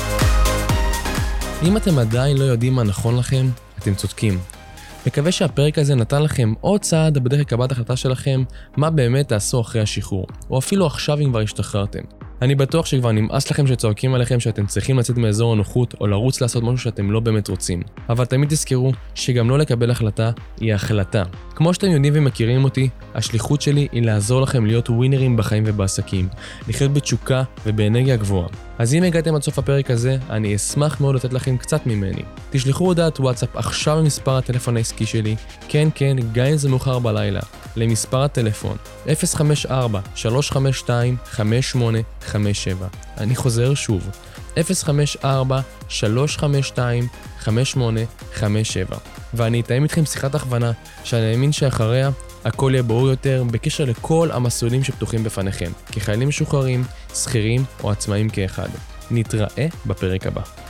אם אתם עדיין לא יודעים מה נכון לכם, אתם צודקים. מקווה שהפרק הזה נתן לכם עוד צעד בדרך לקבלת החלטה שלכם, מה באמת תעשו אחרי השחרור, או אפילו עכשיו אם כבר השתחררתם. אני בטוח שכבר נמאס לכם שצועקים עליכם שאתם צריכים לצאת מאזור הנוחות או לרוץ לעשות משהו שאתם לא באמת רוצים. אבל תמיד תזכרו שגם לא לקבל החלטה היא החלטה. כמו שאתם יודעים ומכירים אותי, השליחות שלי היא לעזור לכם להיות ווינרים בחיים ובעסקים, לחיות בתשוקה ובאנרגיה גבוהה. אז אם הגעתם עד סוף הפרק הזה, אני אשמח מאוד לתת לכם קצת ממני. תשלחו הודעת וואטסאפ עכשיו במספר הטלפון העסקי שלי, כן כן, גם אם זה מאוחר בלילה. למספר הטלפון אפס חמש ארבע שלוש חמש שתיים חמש שמונה חמש שבע. אני חוזר שוב, אפס חמש ארבע שלוש חמש שתיים חמש שמונה חמש שבע. ואני אתאם איתכם שיחת הכוונה שאני מאמין שאחריה הכל יהיה ברור יותר בקשר לכל המסלולים שפתוחים בפניכם, כחיילים משוחררים, שכירים או עצמאים כאחד. נתראה בפרק הבא.